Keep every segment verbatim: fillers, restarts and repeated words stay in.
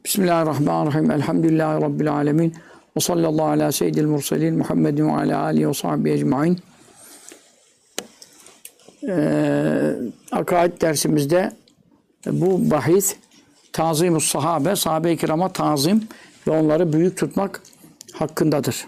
Bismillahirrahmanirrahim. Elhamdülillahi Rabbil alemin. Ve sallallahu ala seyyidil murselin Muhammedin ve ala alihi ve sahbihi ecmain. Ee, Akaid dersimizde bu bahis tazimus sahabe, sahabe-i kirama tazim ve onları büyük tutmak hakkındadır.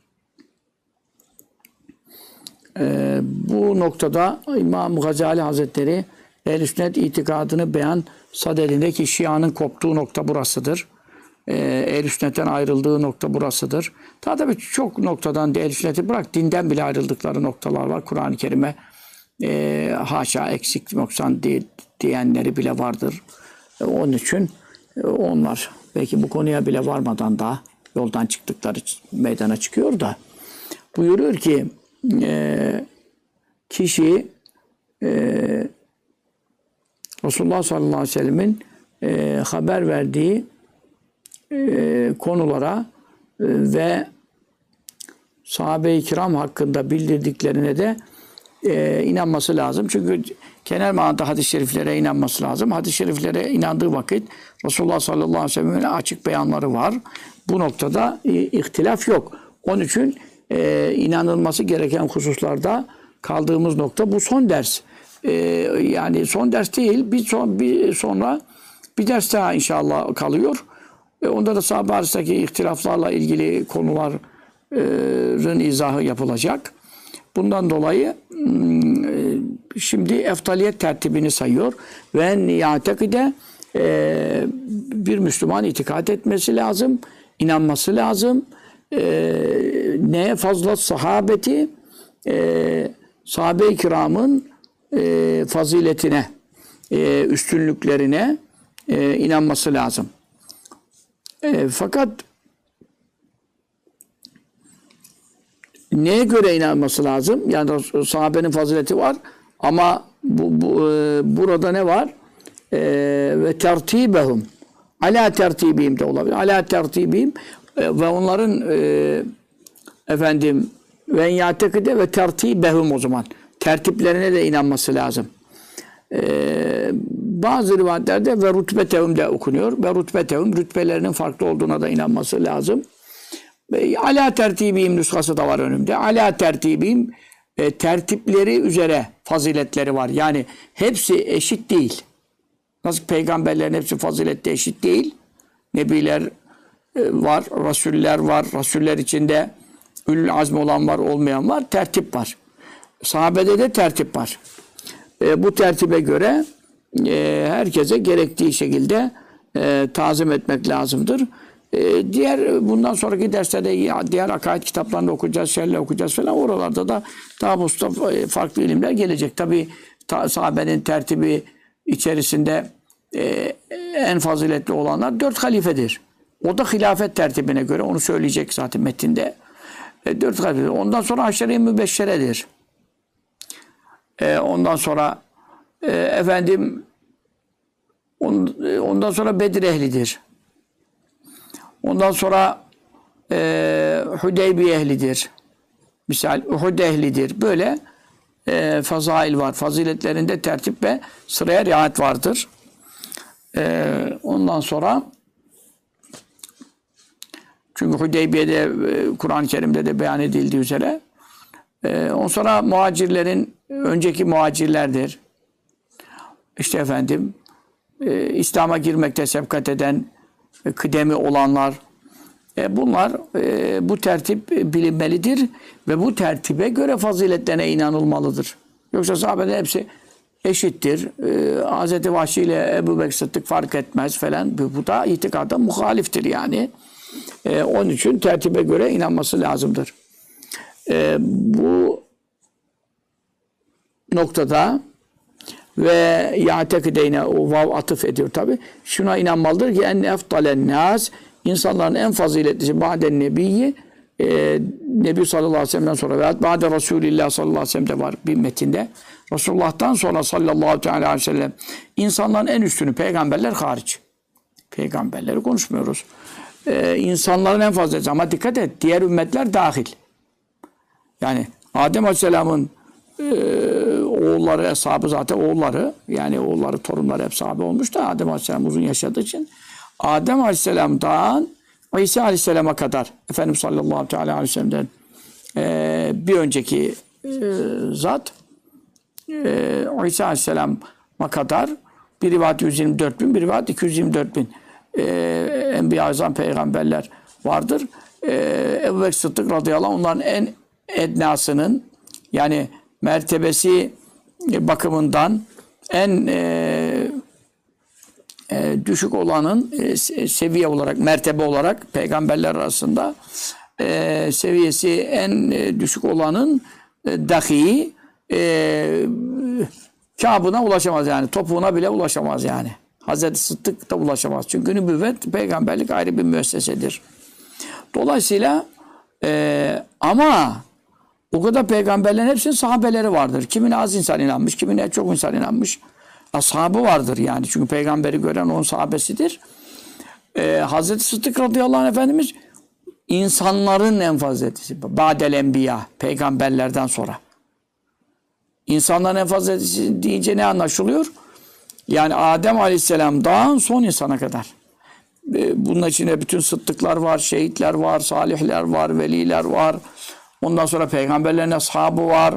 Ee, bu noktada İmam Gazali Hazretleri Ehl-i Sünnet itikadını beyan sadedindeki Şia'nın koptuğu nokta burasıdır. Ee, Ehl-i Sünnet'ten ayrıldığı nokta burasıdır. Daha tabii çok noktadan Ehl-i Sünnet'i bırak, dinden bile ayrıldıkları noktalar var. Kur'an-ı Kerim'e e, haşa eksik noksan değil diyenleri bile vardır. E, onun için e, onlar belki bu konuya bile varmadan da yoldan çıktıkları meydana çıkıyor da buyuruyor ki e, kişi e, Resulullah sallallahu aleyhi ve sellemin e, haber verdiği e, konulara e, ve sahabe-i kiram hakkında bildirdiklerine de e, inanması lazım. Çünkü genel manada hadis-i şeriflere inanması lazım. Hadis-i şeriflere inandığı vakit Resulullah sallallahu aleyhi ve sellem'in açık beyanları var. Bu noktada e, ihtilaf yok. Onun için e, inanılması gereken hususlarda kaldığımız nokta bu son ders. Ee, yani son ders değil, bir, son, bir sonra bir ders daha inşallah kalıyor. Ee, onda da sahabe arasındaki ihtilaflarla ilgili konuların izahı yapılacak. Bundan dolayı şimdi eftaliyet tertibini sayıyor. Ve niyatekide e, bir Müslüman itikad etmesi lazım, inanması lazım. E, neye fazla sahabeti, e, sahabe-i kiramın E, faziletine, e, üstünlüklerine e, inanması lazım. E, fakat neye göre inanması lazım? Yani sahabenin fazileti var ama bu, bu, e, burada ne var? E, ve tertibehum. Ala tertibihim de olabilir. Ala tertibihim e, ve onların e, efendim ve yatekide ve tertibehum o zaman. Tertiplerine de inanması lazım. Ee, bazı rivayetlerde ve rütbetehum de okunuyor. Ve rütbetehum, rütbelerinin farklı olduğuna da inanması lazım. Ve ala tertibiyim nüshası da var önümde. Ala tertibiyim, e, tertipleri üzere faziletleri var. Yani hepsi eşit değil. Nasıl peygamberlerin hepsi fazilette eşit değil. Nebiler e, var, rasuller var. Rasuller içinde ülül azmi olan var, olmayan var. Tertip var. Sahabede de tertip var. E, bu tertibe göre e, herkese gerektiği şekilde e, tazim etmek lazımdır. E, diğer bundan sonraki derslerde diğer akaid kitaplarını okuyacağız, şerle okuyacağız falan. Oralarda da daha Mustafa farklı ilimler gelecek. Tabi ta, sahabenin tertibi içerisinde e, en faziletli olanlar dört halifedir. O da hilafet tertibine göre onu söyleyecek zaten metinde. E, dört halife. Ondan sonra aşere-i mübeşşeredir. Ee, ondan sonra e, efendim on, ondan sonra Bedir ehlidir. Ondan sonra e, Hudeybiye ehlidir. Misal Uhud ehlidir. Böyle e, fazail var. Faziletlerinde tertip ve sıraya riayet vardır. E, ondan sonra çünkü Hudeybiye'de e, Kur'an-ı Kerim'de de beyan edildiği üzere e, ondan sonra muhacirlerin önceki muhacirlerdir. İşte efendim e, İslam'a girmekte sebkat eden e, kıdemi olanlar. E, bunlar e, bu tertip bilinmelidir ve bu tertibe göre faziletlerine inanılmalıdır. Yoksa sahabenin hepsi eşittir. E, Hazreti Vahşi ile Ebu Bekir Sıddık fark etmez falan. Bu, bu da itikada muhaliftir yani. E, onun için tertibe göre inanması lazımdır. E, bu noktada ve ya'tekideyne o vav atıf ediyor tabi. Şuna inanmalıdır ki en eftalen nas, insanların en faziletlisi ba'den nebiyyi, e, Nebi sallallahu aleyhi ve sellem'den sonra ve ba'de Resulillah sallallahu aleyhi ve sellem'de var bir metinde. Resulullah'tan sonra sallallahu aleyhi ve sellem insanların en üstünü peygamberler hariç. Peygamberleri konuşmuyoruz. E, insanların en fazlası ama dikkat et diğer ümmetler dahil. Yani Adem aleyhisselamın Ee, oğulları, eshabı zaten oğulları, yani oğulları, torunları hep sahabe olmuş da Adem Aleyhisselam uzun yaşadığı için Adem Aleyhisselam'dan İsa Aleyhisselam'a kadar Efendimiz sallallahu aleyhi ve sellem'den e, bir önceki e, zat e, İsa Aleyhisselam'a kadar bir rivayet yüz yirmi dört bin, bir rivayet iki yüz yirmi dört bin e, Enbiya azam peygamberler vardır. E, Ebu Bekir Sıddık radıyallahu anh onların en ednasının yani mertebesi bakımından en e, e, düşük olanın e, seviye olarak, mertebe olarak peygamberler arasında e, seviyesi en e, düşük olanın e, dahi e, kâbına ulaşamaz yani. Topuğuna bile ulaşamaz yani. Hazreti Sıddık da ulaşamaz. Çünkü nübüvvet, peygamberlik ayrı bir müessesedir. Dolayısıyla e, ama o kadar peygamberlerin hepsinin sahabeleri vardır. Kimine az insan inanmış, kimine çok insan inanmış. Ashabı vardır yani. Çünkü peygamberi gören onun sahabesidir. Ee, Hazreti Sıddık radıyallahu anh Efendimiz insanların en faziletlisi. Ba'del enbiya, peygamberlerden sonra. İnsanların en faziletlisi deyince ne anlaşılıyor? Yani Adem aleyhisselamdan son insana kadar. Ee, bunun içinde bütün sıddıklar var, şehitler var, salihler var, veliler var. Ondan sonra peygamberlerin ashabı var.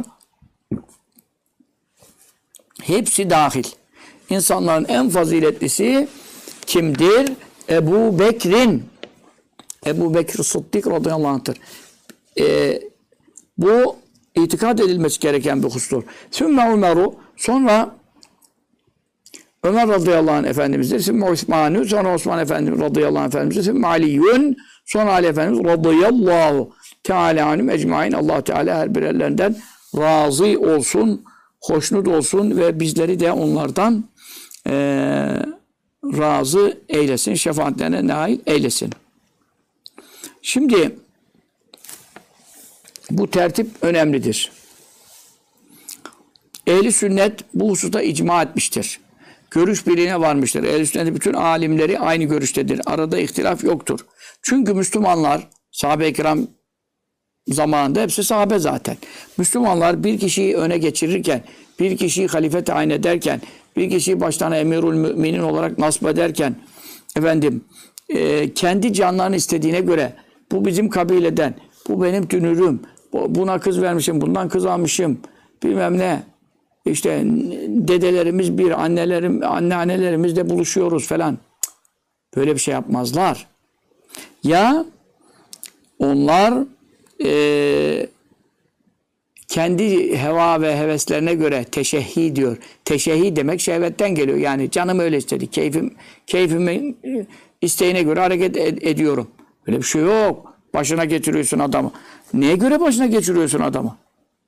Hepsi dahil. İnsanların en faziletlisi kimdir? Ebu Bekir'in. Ebu Bekir Sıddık radıyallahu anh'tır. Ee, bu itikad edilmesi gereken bir husustur. Sümme Ömer'u, sonra Ömer radıyallahu anh Efendimiz'dir. Sümme Osman'u, sonra Osman Efendimiz radıyallahu anh Efendimiz'dir. Sümme Ali'yün, sonra Ali Efendimiz radıyallahu teala anhum ecmaîn. Allah Teala her birerlerinden razı olsun, hoşnut olsun ve bizleri de onlardan e, razı eylesin, şefaatlerine nail eylesin. Şimdi bu tertip önemlidir. Ehli sünnet bu hususta icma etmiştir. Görüş birliğine varmıştır. Ehl-i sünnetin bütün alimleri aynı görüştedir. Arada ihtilaf yoktur. Çünkü Müslümanlar, sahabe-i kiram zamanında hepsi sahabe zaten. Müslümanlar bir kişiyi öne geçirirken, bir kişiyi halife tayin ederken, bir kişiyi başlarına emirül müminin olarak nasip ederken, efendim, e, kendi canlarını istediğine göre, bu bizim kabileden, bu benim dünürüm, buna kız vermişim, bundan kız almışım, bilmem ne, işte dedelerimiz bir, annelerim, anneannelerimizle buluşuyoruz falan. Böyle bir şey yapmazlar. Ya onlar e, kendi heva ve heveslerine göre teşehhi diyor. Teşehhi demek şehvetten geliyor. Yani canım öyle istedi. Keyfim, keyfimin isteğine göre hareket ed- ediyorum. Öyle bir şey yok. Başına getiriyorsun adamı. Neye göre başına geçiriyorsun adamı?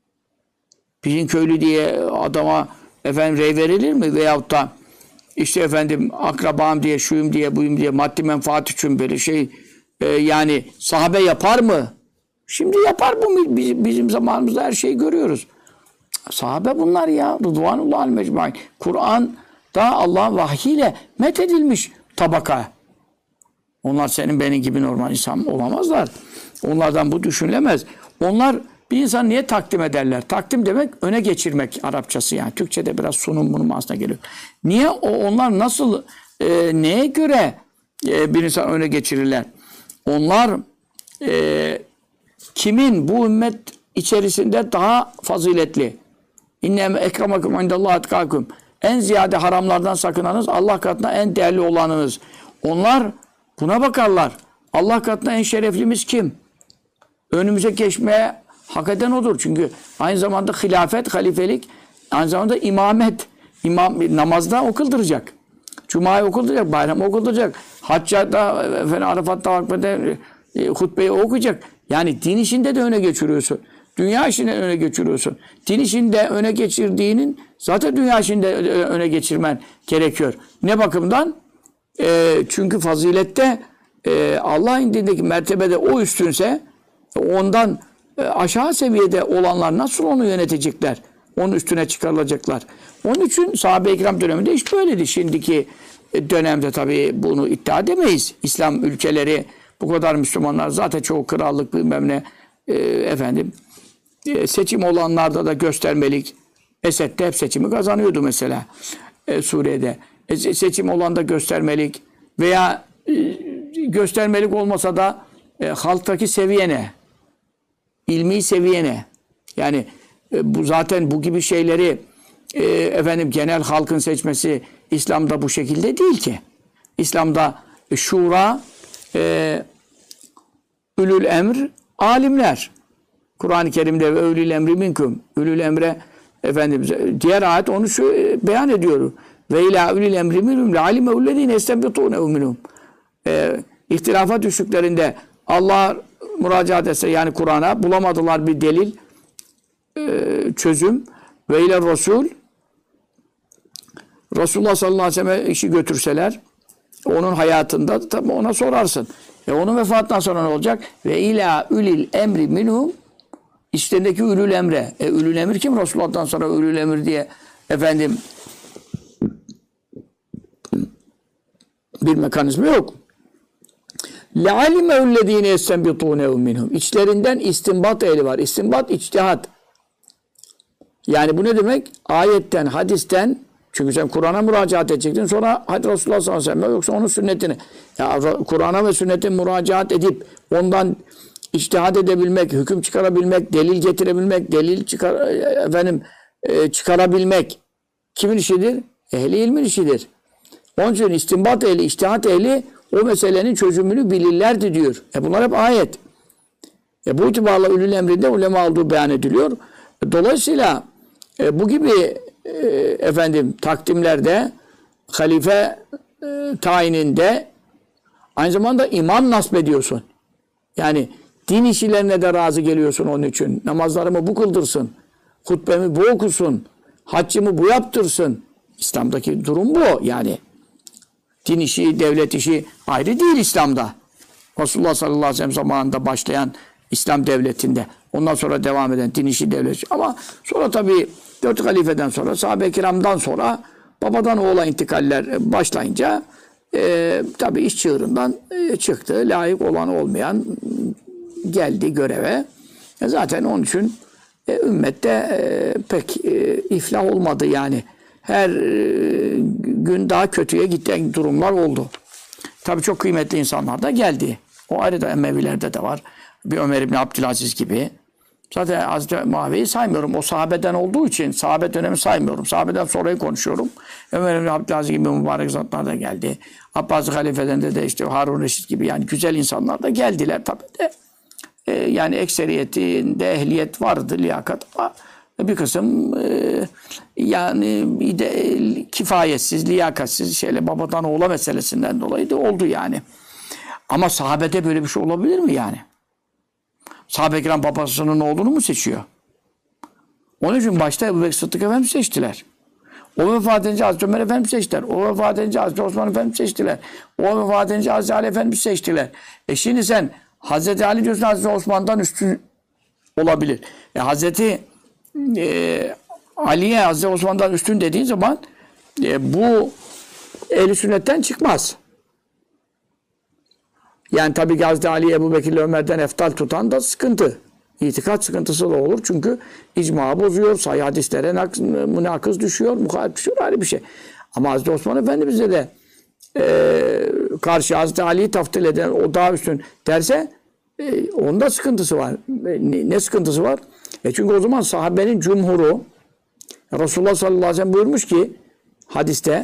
Bizim köylü diye adama efendim rey verilir mi? Veyahut da işte efendim akrabam diye, şuyum diye, buyum diye maddi menfaat için böyle şey e, yani sahabe yapar mı? Şimdi yapar bu. Bizim, bizim zamanımızda her şeyi görüyoruz. Sahabe bunlar ya. Rıdvanullah al-mecmain. Kur'an'da Allah'ın vahyiyle methedilmiş tabaka. Onlar senin benim gibi normal insan olamazlar. Onlardan bu düşünülemez. Onlar bir insan niye takdim ederler? Takdim demek öne geçirmek Arapçası yani. Türkçe'de biraz sunum bunun aslına geliyor. Niye o, onlar nasıl e, neye göre e, bir insan öne geçirirler? Onlar e, kimin bu ümmet içerisinde daha faziletli? İnne ekremakum indallah etkakum. En ziyade haramlardan sakınanız Allah katında en değerli olanınız. Onlar buna bakarlar. Allah katında en şereflimiz kim? Önümüze geçmeye hak eden odur. Çünkü aynı zamanda hilafet, halifelik, aynı zamanda imamet. İmam, namazda o kıldıracak. Cuma'yı o kıldıracak, bayramı o kıldıracak. Haccada, efendim, Arafat'ta, Vakfe'de e, hutbeyi okuyacak. Yani din işinde de öne geçiriyorsun. Dünya işinde öne geçiriyorsun. Din işinde öne geçirdiğinin zaten dünya işinde öne geçirmen gerekiyor. Ne bakımdan? E, çünkü fazilette e, Allah indindeki mertebede o üstünse ondan e, aşağı seviyede olanlar nasıl onu yönetecekler? Onun üstüne çıkarılacaklar. Onun için sahabe-i kiram döneminde iş böyleydi. Şimdiki dönemde tabii bunu iddia edemeyiz. İslam ülkeleri bu kadar Müslümanlar zaten çoğu krallık bilmem ne e, efendim e, seçim olanlarda da göstermelik. Esed de hep seçimi kazanıyordu mesela e, Suriye'de. E, seçim olan da göstermelik veya göstermelik olmasa da e, halktaki seviyene, ilmi seviyene, yani e, bu zaten bu gibi şeyleri e, efendim genel halkın seçmesi İslam'da bu şekilde değil ki. İslam'da e, şura, e, ülül emr, alimler. Kur'an-ı Kerim'de ve ülül emri minkum. Ülül emre efendim diğer ayet onu şu, e, beyan ediyor. Ve ila ülül emri minhum le alime ullezine estembitune minhum. E, ihtilafa düştüklerinde Allah müracaat etse, yani Kur'an'a bulamadılar bir delil, e, çözüm. Ve ile Resul, Resulullah sallallahu aleyhi ve sellem işi götürseler, onun hayatında tabi ona sorarsın. E onun vefatından sonra ne olacak? Ve ila ülil emri minhum, içlerindeki ülül emre. E ülül emir kim? Resulullah'tan sonra ülül emir diye efendim bir mekanizma yok. لَعَلِمَ اُلَّذ۪ينَ يَسْتَنْبِطُونَهُ مِنْهُمْ. İçlerinden istinbat ehli var. İstinbat, içtihat. Yani bu ne demek? Ayetten, hadisten, çünkü sen Kur'an'a müracaat edecektin, sonra hadi Resulullah sallallahu aleyhi ve sellem yoksa onun sünnetini. Ya Kur'an'a ve sünnete müracaat edip ondan içtihat edebilmek, hüküm çıkarabilmek, delil getirebilmek, delil çıkar, efendim, e, çıkarabilmek kimin işidir? Ehli ilmin işidir. Onun için istinbat ehli, içtihat ehli o meselenin çözümünü bilirlerdi diyor. E bunlar hep ayet. E bu itibarla ülül emrinde ulema olduğu beyan ediliyor. E dolayısıyla e, bu gibi e, efendim takdimlerde, halife e, tayininde aynı zamanda imam nasp ediyorsun. Yani din işlerine de razı geliyorsun onun için. Namazlarımı bu kıldırsın. Hutbemi bu okusun. Haccımı bu yaptırsın. İslam'daki durum bu yani. Din işi, devlet işi ayrı değil İslam'da. Resulullah sallallahu aleyhi ve sellem zamanında başlayan İslam devletinde. Ondan sonra devam eden din işi, devlet işi. Ama sonra tabii dört halifeden sonra, sahabe-i kiramdan sonra babadan oğula intikaller başlayınca e, tabii iş çığırından e, çıktı. Layık olan olmayan geldi göreve. E, zaten onun için e, ümmette e, pek e, iflah olmadı yani. Her e, gün daha kötüye giden durumlar oldu. Tabii çok kıymetli insanlar da geldi. O ayrı da Emevilerde de var. Bir Ömer İbni Abdülaziz gibi. Zaten Hazreti Muaviye'yi saymıyorum. O sahabeden olduğu için sahabe dönemi saymıyorum. Sahabeden sonrayı konuşuyorum. Ömer İbni Abdülaziz gibi mübarek zatlar da geldi. Abbasi halifeden de, de işte Harun Reşit gibi yani güzel insanlar da geldiler tabii de. E, yani ekseriyetinde ehliyet vardı, liyakat ama bir kısım e, yani de, kifayetsiz, liyakatsiz şeyle babadan oğula meselesinden dolayı da oldu yani. Ama sahabede böyle bir şey olabilir mi yani? Sahabe-i kiram babasının oğlunu mu seçiyor? Onun için başta Ebu Bekir Sıddık Efendimiz seçtiler. O vefat edince Hazreti Ömer Efendimiz seçtiler. O vefat edince Hazreti Osman Efendimiz seçtiler. O vefat edince Hazreti Ali Efendimiz seçtiler. E şimdi sen Hazreti Ali diyorsun, Hazreti Osman'dan üstün olabilir. E Hazreti e, Ali'ye Hazreti Osman'dan üstün dediğin zaman e, bu ehl-i sünnetten çıkmaz. Yani tabii ki Hazreti Ali, Ebu Bekir ile Ömer'den eftal tutan da sıkıntı. İtikat sıkıntısı da olur. Çünkü icma bozuyor, sahih hadislere münakız düşüyor, muhalif düşüyor, ayrı bir şey. Ama Hazreti Osman Efendimiz'e de e, karşı Hazreti Ali'yi taftil eden, o daha üstün derse e, onda sıkıntısı var. E, ne, ne sıkıntısı var? E çünkü o zaman sahabenin cumhuru Resulullah sallallahu aleyhi ve sellem buyurmuş ki hadiste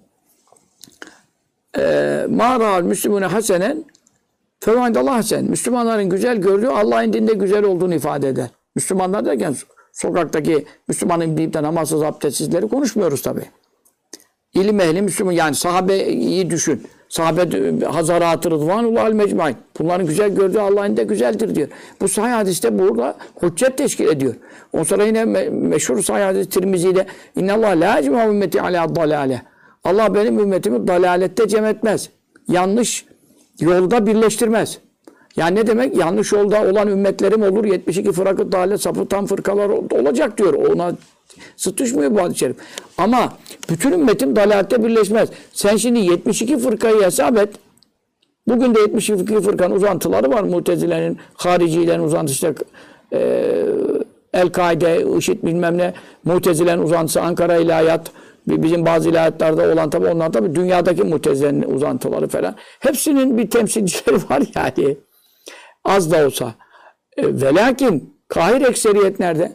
مَا رَاَ الْمُسْلِمُونَ حَسَنًا فَوَاِنْدَ اللّٰهِ حَسَنًا. Müslümanların güzel gördüğü Allah'ın dinde güzel olduğunu ifade eder. Müslümanlar derken sokaktaki Müslümanın deyip de namazsız, abdestsizleri konuşmuyoruz tabi. İlim ehli Müslüman, yani sahabeyi düşün. Sahabe Hazarat-ı Rıdvanullah'l mecmaîn. Bunların güzel gördüğü Allah'ın de güzeldir diyor. Bu sahih hadiste burada hüccet teşkil ediyor. Ondan sonra yine me meşhur sahih hadis Tirmizi'de İnnallâh lâ ecmâ ümmeti alâ dalâle. Allah benim ümmetimi dalalette cem etmez. Yanlış yolda birleştirmez. Yani ne demek? Yanlış yolda olan ümmetlerim olur. yetmiş iki fırakı dalalet sapıtan fırkalar olacak diyor. Ona sıt düşmüyor bu hadis-i şerif. Ama bütün ümmetim dalalette birleşmez. Sen şimdi yetmiş iki fırkayı hesap et. Bugün de yetmiş iki fırkanın uzantıları var. Mutezile'nin, haricilerin uzantısı, işte, e, El-Kaide, IŞİD bilmem ne, Mutezile'nin uzantısı, Ankara İlahiyat, Bizim bazı ilahiyatlerde olan tabi onlar tabi dünyadaki mutezilerin uzantıları falan. Hepsinin bir temsilcileri var yani. Az da olsa. E, ve lakin kahir ekseriyet nerede?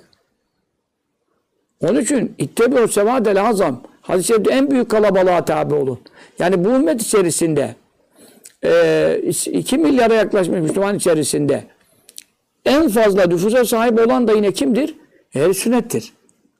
Onun için ittebi'u sevâdel azam. Hadis-i şerifte en büyük kalabalığa tabi olun. Yani bu ümmet içerisinde e, iki milyara yaklaşmış Müslüman içerisinde en fazla nüfusa sahip olan da yine kimdir? Ehl-i sünnettir.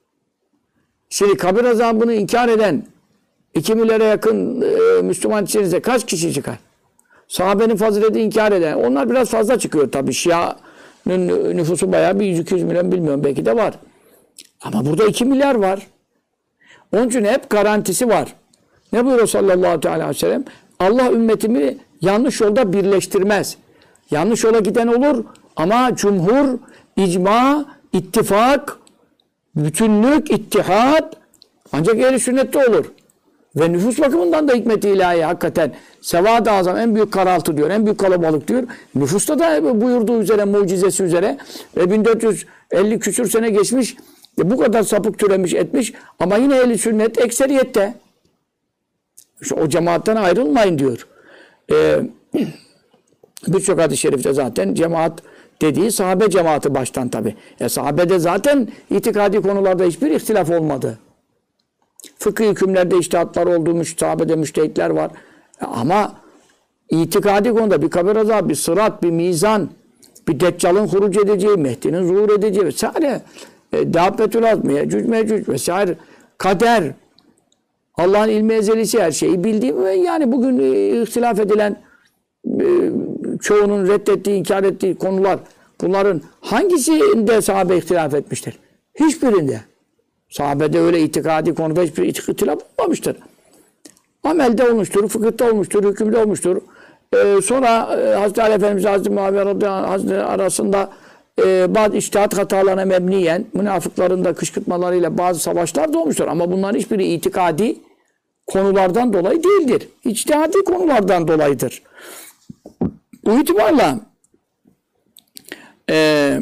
Şimdi kabir azabını inkar eden iki milyara yakın e, Müslüman içerisinde kaç kişi çıkar? Sahabenin fazileti inkar eden. Onlar biraz fazla çıkıyor tabii. Şia'nın nüfusu bayağı bir yüz iki yüz milyon bilmiyorum belki de var. Ama burada iki milyar var. Onun için hep garantisi var. Ne buyuruyor sallallahu aleyhi ve sellem? Allah ümmetimi yanlış yolda birleştirmez. Yanlış yola giden olur ama cumhur, icma, ittifak, bütünlük, ittihat ancak ehl-i sünnette olur. Ve nüfus bakımından da hikmet-i ilahi hakikaten sevad-ı azam en büyük karaltı diyor, en büyük kalabalık diyor. Nüfusta da buyurduğu üzere, mucizesi üzere ve bin dört yüz elli küsür sene geçmiş, e bu kadar sapık türemiş etmiş ama yine ehl-i sünnet ekseriyette. İşte o cemaatten ayrılmayın diyor. Ee, Birçok hadis-i şerifte zaten cemaat dediği sahabe cemaati baştan tabi. E sahabede zaten itikadi konularda hiçbir ihtilaf olmadı. Fıkıh hükümlerde içtihatlar olduğu sahabede müştehitler var. E ama itikadi konuda bir kabir azabı, bir sırat, bir mizan, bir deccalın huruc edeceği, Mehdi'nin zuhur edeceği vesaire. E, Dâbbetül azm, Yecüc mecüc vesaire. Kader, Allah'ın ilmi ezelisi her şeyi bildiği ve yani bugün e, ihtilaf edilen e, çoğunun reddettiği, inkar ettiği konular bunların hangisinde sahabe ihtilaf etmiştir? Hiçbirinde. Sahabede öyle itikadi konuda hiçbir ihtilaf olmamıştır. Amelde olmuştur, fıkıhta olmuştur, hükümde olmuştur. Ee, sonra e, Hazreti Ali Efendimiz Hazreti Muaviye radıyallahu anh Hazretleri arasında e, bazı içtihat hatalarına mebniyen münafıkların da kışkırtmalarıyla bazı savaşlar da olmuştur. Ama bunların hiçbiri itikadi konulardan dolayı değildir. İçtihadi konulardan dolayıdır. Bu itibarla e,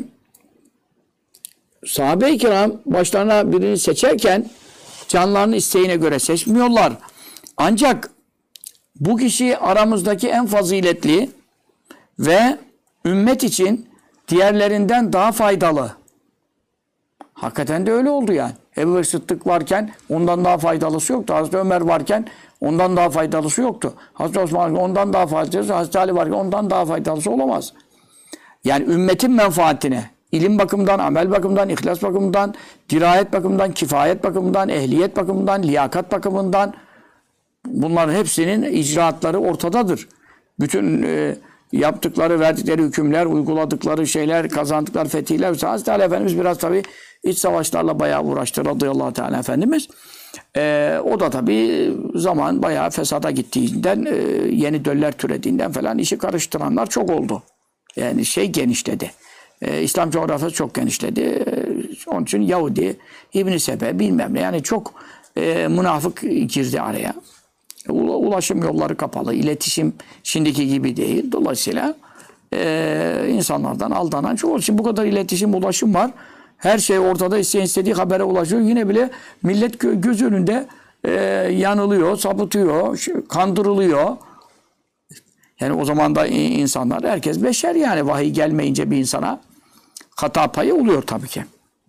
sahabe-i kiram başlarına birini seçerken canlarının isteğine göre seçmiyorlar. Ancak bu kişi aramızdaki en faziletli ve ümmet için diğerlerinden daha faydalı. Hakikaten de öyle oldu yani. Ebu Bekir Sıddık varken ondan daha faydalısı yoktu. Hazreti Ömer varken ondan daha faydalısı yoktu. Hazreti Osman ondan daha faydalısı, Hazreti Ali varken ondan daha faydalısı olamaz. Yani ümmetin menfaatine, ilim bakımından, amel bakımından, ihlas bakımından, dirayet bakımından, kifayet bakımından, ehliyet bakımından, liyakat bakımından bunların hepsinin icraatları ortadadır. Bütün e, yaptıkları, verdikleri hükümler, uyguladıkları şeyler, kazandıkları fetihler. Hazreti Ali Efendimiz biraz tabii iç savaşlarla bayağı uğraştı radıyallahu teala Efendimiz. E, o da tabii zaman bayağı fesada gittiğinden, e, yeni döller türediğinden falan işi karıştıranlar çok oldu. Yani şey genişledi. Ee, İslam coğrafyası çok genişledi. Ee, onun için Yahudi, İbn-i Sebe bilmem ne yani çok e, münafık girdi araya. Ulaşım yolları kapalı. İletişim şimdiki gibi değil. Dolayısıyla e, insanlardan aldanan çok. Şimdi bu kadar iletişim, ulaşım var. Her şey ortada, isteyen istediği habere ulaşıyor. Yine bile millet göz önünde e, yanılıyor, sapıtıyor, kandırılıyor. Yani o zaman da insanlar, herkes beşer yani vahiy gelmeyince bir insana hata payı oluyor tabii ki.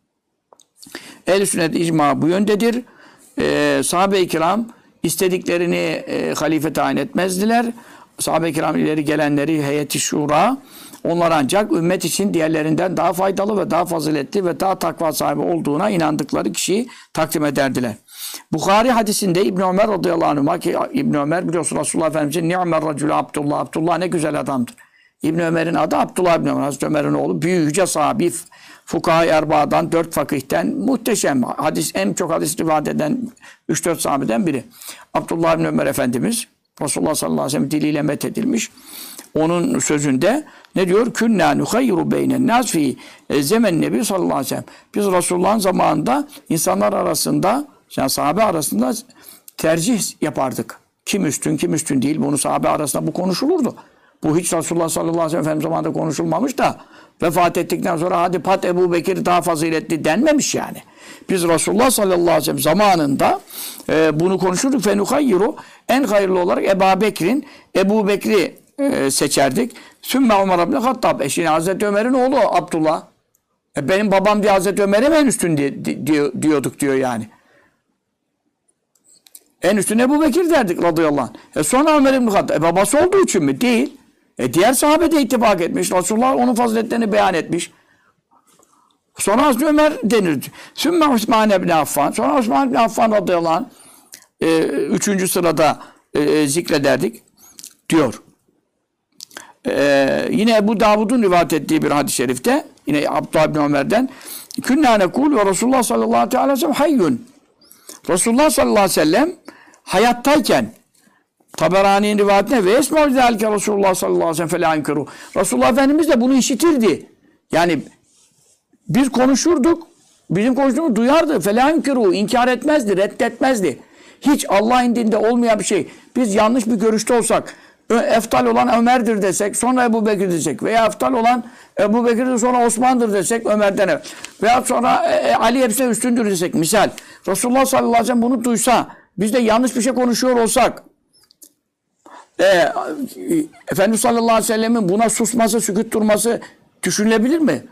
Ehl-i sünnet icma bu yöndedir. Ee, sahabe-i kiram istediklerini e, halife tayin etmezdiler. Sahabe-i kiram ileri gelenleri heyeti şura, onlar ancak ümmet için diğerlerinden daha faydalı ve daha faziletli ve daha takva sahibi olduğuna inandıkları kişiyi takdim ederdiler. Bukhari hadisinde İbn Ömer radıyallahu anh ki İbn Ömer biliyorsun Resulullah Efendimiz'in ni'mer racülü Abdullah. Abdullah ne güzel adamdır. İbn Ömer'in adı Abdullah İbn Ömer. Hazreti Ömer'in oğlu. Büyük yüce sahabi. Fukaha-i Erba'dan, dört fakihten muhteşem. Hadis, en çok hadis rivayet eden üç dört sahabeden biri. Abdullah İbn Ömer Efendimiz Resulullah sallallahu aleyhi ve sellem diliyle methedilmiş. Onun sözünde ne diyor? Künnâ nuhayyiru beynen nâs fî zemen nebi sallallahu aleyhi ve sellem. Biz Resulullah'ın zamanında insanlar arasında, yani sahabe arasında tercih yapardık. Kim üstün, kim üstün değil. Bunu sahabe arasında bu konuşulurdu. Bu hiç Resulullah sallallahu aleyhi ve sellem zamanında konuşulmamış da vefat ettikten sonra hadi pat Ebu Bekir daha faziletli denmemiş yani. Biz Resulullah sallallahu aleyhi ve sellem zamanında e, bunu konuşurduk. Fenukayyiru en hayırlı olarak Ebu Bekir'in Ebu Bekir'i e, seçerdik. Sümme Ömer ibn Hattab. E şimdi Hazreti Ömer'in oğlu Abdullah. E benim babam diye Hazreti Ömer'e mi en üstün diye, diye, diyorduk diyor yani. En üstün Ebu Bekir derdik radıyallahu anh. E sonra Ömer ibn Hattab. E babası olduğu için mi? Değil. E diğer sahabe de ittifak etmiş. Resulullah onun faziletlerini beyan etmiş. Sonra Hazreti Ömer denirdi. Sümme Osman ibn Affan. Sonra Osman ibn Affan radıyallahu anh e, üçüncü sırada e, zikrederdik diyor. E, yine Ebu Davud'un rivayet ettiği bir hadis-i şerifte yine Abdullah ibn Ömer'den Künna nekul ve Resulullah sallallahu aleyhi ve sellem hayyun. Resulullah sallallahu aleyhi ve sellem hayattayken Taberani'nin rivayetine ve esmâ zâlike Resulullah sallallahu aleyhi ve sellem felâ inkiru. Resulullah Efendimiz de bunu işitirdi. Yani biz konuşurduk, bizim konuştuğumuzu duyardı. Felâ inkiru, inkar etmezdi, reddetmezdi. Hiç Allah indinde olmayan bir şey. Biz yanlış bir görüşte olsak, eftal olan Ömer'dir desek, sonra Ebu Bekir desek veya eftal olan Ebu Bekir'dir sonra Osman'dır desek Ömer'den evvel. Veya sonra e, Ali hepsine üstündür desek. Misal, Resulullah sallallahu aleyhi ve sellem bunu duysa, biz de yanlış bir şey konuşuyor olsak, e, Efendimiz sallallahu aleyhi ve sellemin buna susması, sükut durması düşünülebilir mi?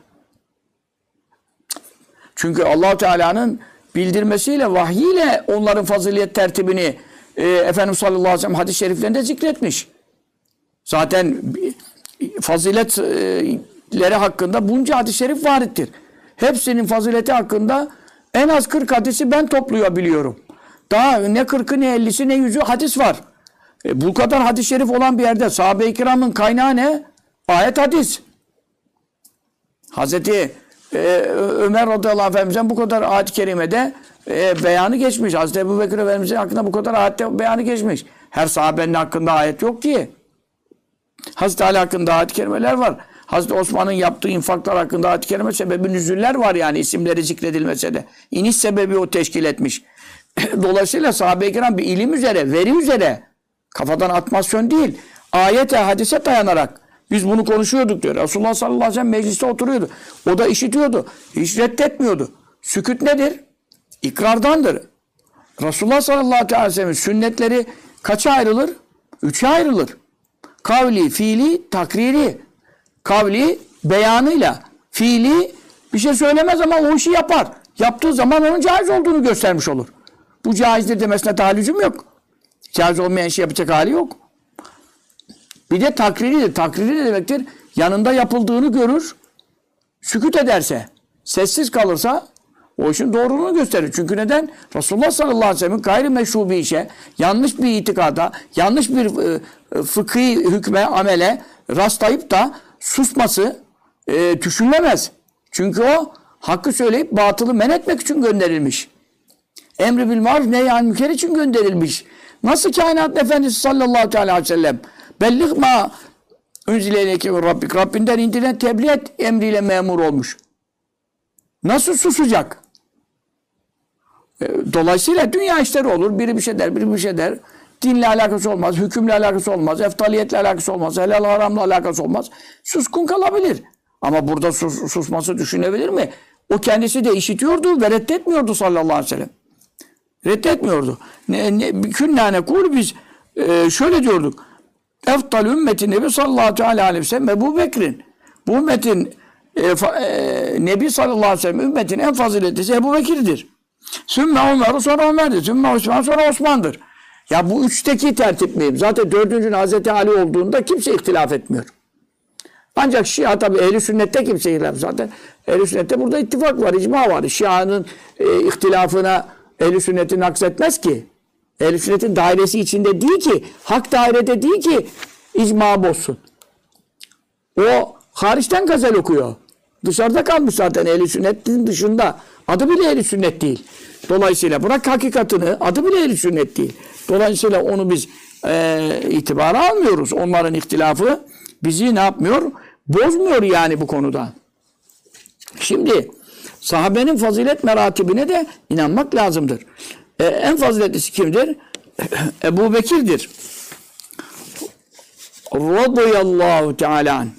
Çünkü Allah Teala'nın bildirmesiyle, vahyiyle onların fazilet tertibini e, Efendimiz sallallahu aleyhi ve sellem hadis-i şeriflerinde zikretmiş. Zaten faziletleri hakkında bunca hadis-i şerif varittir. Hepsinin fazileti hakkında en az kırk hadisi ben toplayabiliyorum. Daha ne kırkı ne ellisi ne yüzü hadis var. E, bu kadar hadis-i şerif olan bir yerde sahabe-i kiramın kaynağı ne? Ayet hadis. Hazreti e, Ömer radıyallahu anh Efendimiz'den bu kadar ayet-i kerimede e, beyanı geçmiş. Hazreti Ebu Bekir Efendimiz'in hakkında bu kadar ayette beyanı geçmiş. Her sahabenin hakkında ayet yok ki. Hazreti Ali hakkında ayet-i kerimeler var. Hazreti Osman'ın yaptığı infaklar hakkında ayet-i kerime sebebi nüzüller var yani isimleri zikredilmese de. İniş sebebi o teşkil etmiş. Dolayısıyla sahabe-i kiram bir ilim üzere, veri üzere, kafadan atmasyon değil, ayete, hadise dayanarak biz bunu konuşuyorduk diyor. Resulullah sallallahu aleyhi ve sellem mecliste oturuyordu. O da işitiyordu. Hiç reddetmiyordu. Sükût nedir? İkrardandır. Resulullah sallallahu aleyhi ve sellem'in sünnetleri kaça ayrılır? Üçe ayrılır. Kavli, fiili, takriri. Kavli beyanıyla, fiili bir şey söylemez ama o işi yapar. Yaptığı zaman onun caiz olduğunu göstermiş olur. Bu caizdir demesine tahayyülüm yok. Caiz olmayan şey yapacak hali yok. Bir de takriridir. Takriri ne demektir? Yanında yapıldığını görür, sükût ederse, sessiz kalırsa o işin doğruluğunu gösterir. Çünkü neden? Resulullah sallallahu aleyhi ve sellem'in gayri meşru bir işe, yanlış bir itikada, yanlış bir e, fıkhi hükme, amele rastlayıp da susması e, düşünülemez. Çünkü o hakkı söyleyip batılı men etmek için gönderilmiş. Emri bil maruf nehyan münker için gönderilmiş. Nasıl kainat efendisi sallallahu aleyhi ve sellem belliğ ma unzile ileyke min rabbik, Rabbinden indirilen tebliğ et emriyle memur olmuş. Nasıl susacak? Dolayısıyla dünya işleri olur. Biri bir şey der, biri bir şey der. Dinle alakası olmaz, hükümle alakası olmaz, eftaliyetle alakası olmaz, helal haramla alakası olmaz. Suskun kalabilir. Ama burada sus, susması düşünebilir mi? O kendisi de işitiyordu ve reddetmiyordu sallallahu aleyhi ve sellem. Reddetmiyordu. Ne, ne, künnâ nekûl biz e, şöyle diyorduk. Eftal ümmetin Nebi sallallahu aleyhi ve sellem Ebu Bekir'in. Bu ümmetin e, fa, e, Nebi sallallahu aleyhi ve sellem ümmetin en faziletlisi Ebu Bekir'dir. Sümme Ömer sonra Ömer'dir. Sümme Osman sonra Osman'dır. Ya bu üçteki tertip miyim? Zaten dördüncünün Hazreti Ali olduğunda kimse ihtilaf etmiyor. Ancak Şia tabi ehl-i sünnette kimse ihtilaf. Zaten ehl-i sünnette burada ittifak var, icma var. Şia'nın e, ihtilafına ehl-i sünneti nakzetmez ki. Ehl-i sünnetin dairesi içinde değil ki, hak dairede değil ki icma bozsun. O hariçten gazel okuyor. Dışarıda kalmış zaten ehl-i sünnetin dışında. Adı bile ehl-i sünnet değil. Dolayısıyla bırak hakikatını, adı bile ehl-i sünnet değil. Dolayısıyla onu biz e, itibara almıyoruz. Onların ihtilafı bizi ne yapmıyor? Bozmuyor yani bu konuda. Şimdi sahabenin fazilet meratibine de inanmak lazımdır. E, en faziletlisi kimdir? Ebu Bekir'dir. radıyallahu teala anh.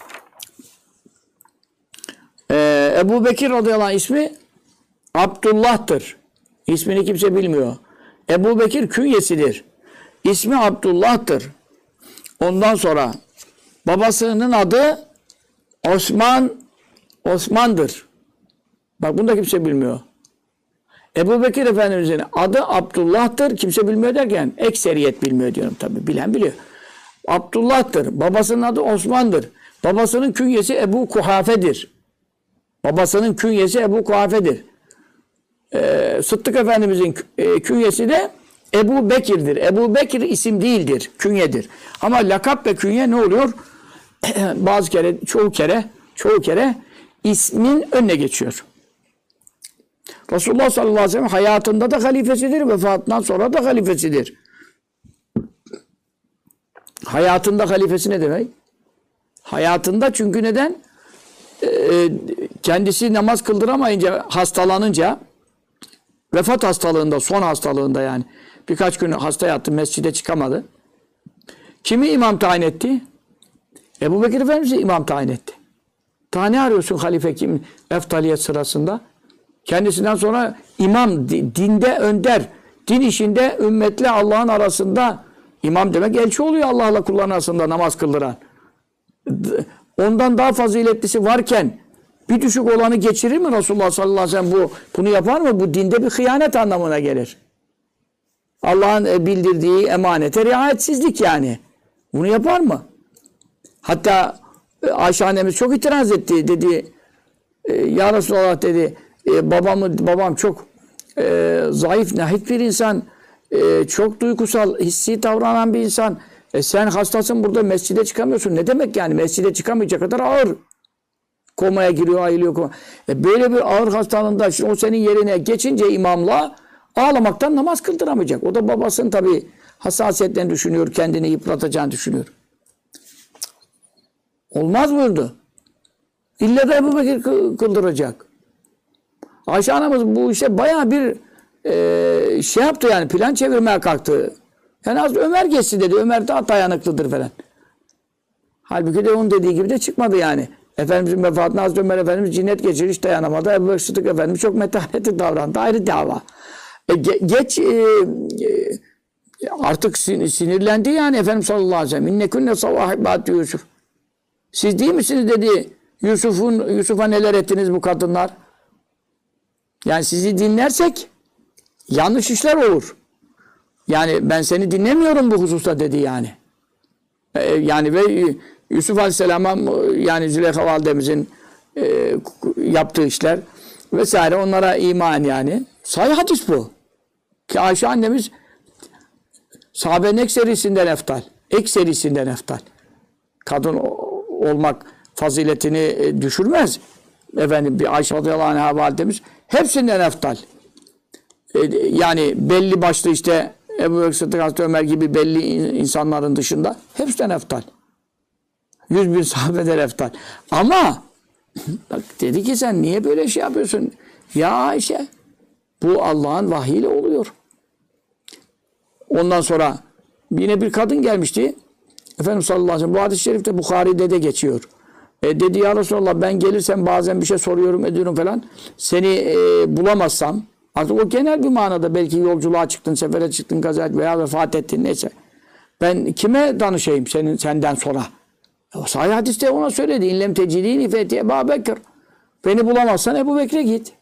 Ee, Ebu Bekir radıyallahu anh ismi Abdullah'tır. İsmini kimse bilmiyor. Ebu Bekir künyesidir. İsmi Abdullah'tır. Ondan sonra babasının adı Osman Osman'dır. Bak bunu da kimse bilmiyor. Ebu Bekir Efendimizin adı Abdullah'tır. Kimse bilmiyor derken ekseriyet bilmiyor diyorum tabii. Bilen biliyor. Abdullah'tır. Babasının adı Osman'dır. Babasının künyesi Ebu Kuhafe'dir. Babasının künyesi Ebu Kuhafe'dir. Ee, Sıddık Efendimizin e, künyesi de Ebu Bekir'dir. Ebu Bekir isim değildir. Künyedir. Ama lakap ve künye ne oluyor? Bazı kere, çoğu kere, çoğu kere ismin önüne geçiyor. Resulullah sallallahu aleyhi ve sellem hayatında da halifesidir, vefatından sonra da halifesidir. Hayatında halifesi ne demek? Hayatında çünkü neden? Ee, kendisi namaz kıldıramayınca, hastalanınca, vefat hastalığında, son hastalığında yani, birkaç gün hasta yattı, mescide çıkamadı. Kimi imam tayin etti? Ebu Bekir Efendimiz'i imam tayin etti. Daha ne arıyorsun halife kim? Eftaliyet sırasında. Kendisinden sonra imam, dinde önder, din işinde ümmetle Allah'ın arasında imam demek elçi oluyor Allah'la kulların arasında namaz kıldıran. Ondan daha faziletlisi varken bir düşük olanı geçirir mi Resulullah sallallahu aleyhi ve sellem? Bu, bunu yapar mı? Bu dinde bir hıyanet anlamına gelir. Allah'ın bildirdiği emanete riayetsizlik yani. Bunu yapar mı? Hatta Ayşe annemiz çok itiraz etti. Dedi, ya Resulallah dedi, babamı, babam çok e, zayıf, nahit bir insan, e, çok duygusal, hissi davranan bir insan. E sen hastasın, burada mescide çıkamıyorsun. Ne demek yani? Mescide çıkamayacak kadar ağır. Komaya giriyor, ayılıyor. Koma. E böyle bir ağır hastalığında şimdi o senin yerine geçince imamla ağlamaktan namaz kıldıramayacak. O da babasının tabii hassasiyetlerini düşünüyor, kendini yıpratacağını düşünüyor. Olmaz buyurdu. İlle de Ebu Bekir kıldıracak. Ayşe anamız bu işe bayağı bir e, şey yaptı yani, plan çevirmeye kalktı. Yani az Ömer geçti dedi. Ömer daha dayanıklıdır falan. Halbuki de onun dediği gibi de çıkmadı yani. Efendimizin vefatına Hazreti Ömer Efendimiz cinnet geçirir, hiç dayanamadı. Ebu Bekir Sıddık Efendimiz çok metanetli davrandı. Ayrı dava. E, ge, geç e, e, artık sin, sinirlendi yani Efendimiz sallallahu aleyhi ve sellem. İnnekünne savahibâti Yusuf. Siz değil misiniz dedi. Yusuf'un Yusuf'a neler ettiniz bu kadınlar? Yani sizi dinlersek yanlış işler olur. Yani ben seni dinlemiyorum bu hususta dedi yani. Ee, yani ve Yusuf Aleyhisselam'a yani Züleyha Validemizin e, yaptığı işler vesaire onlara iman yani. Sahih hadis bu. Ki Ayşe annemiz sahabenin ekserisinden eftal. Ekserisinden eftal. Kadın olmak faziletini düşürmez. Efendim bir Ayşe radıyallahu anh'a validemiz hepsinden eftal. Yani belli başlı işte Ebu Bekir Sıddık, Hazreti Ömer gibi belli insanların dışında hepsinden eftal. Yüz bin sahabeden eftal. Ama bak dedi ki sen niye böyle şey yapıyorsun? Ya Ayşe bu Allah'ın vahyiyle oluyor. Ondan sonra yine bir kadın gelmişti. Efendimiz sallallahu aleyhi ve sellem bu hadis-i şerifte Bukhari'de de geçiyor. E dedi ya Resulallah ben gelirsem bazen bir şey soruyorum ediyorum falan. Seni e, bulamazsam artık o genel bir manada belki yolculuğa çıktın, sefere çıktın, gaza veya vefat ettin neyse. Ben kime danışayım senin senden sonra? O sahih hadiste ona söyledi. İnlem tecidini feti Ebu Bekir. Beni bulamazsan Ebu Bekir'e git.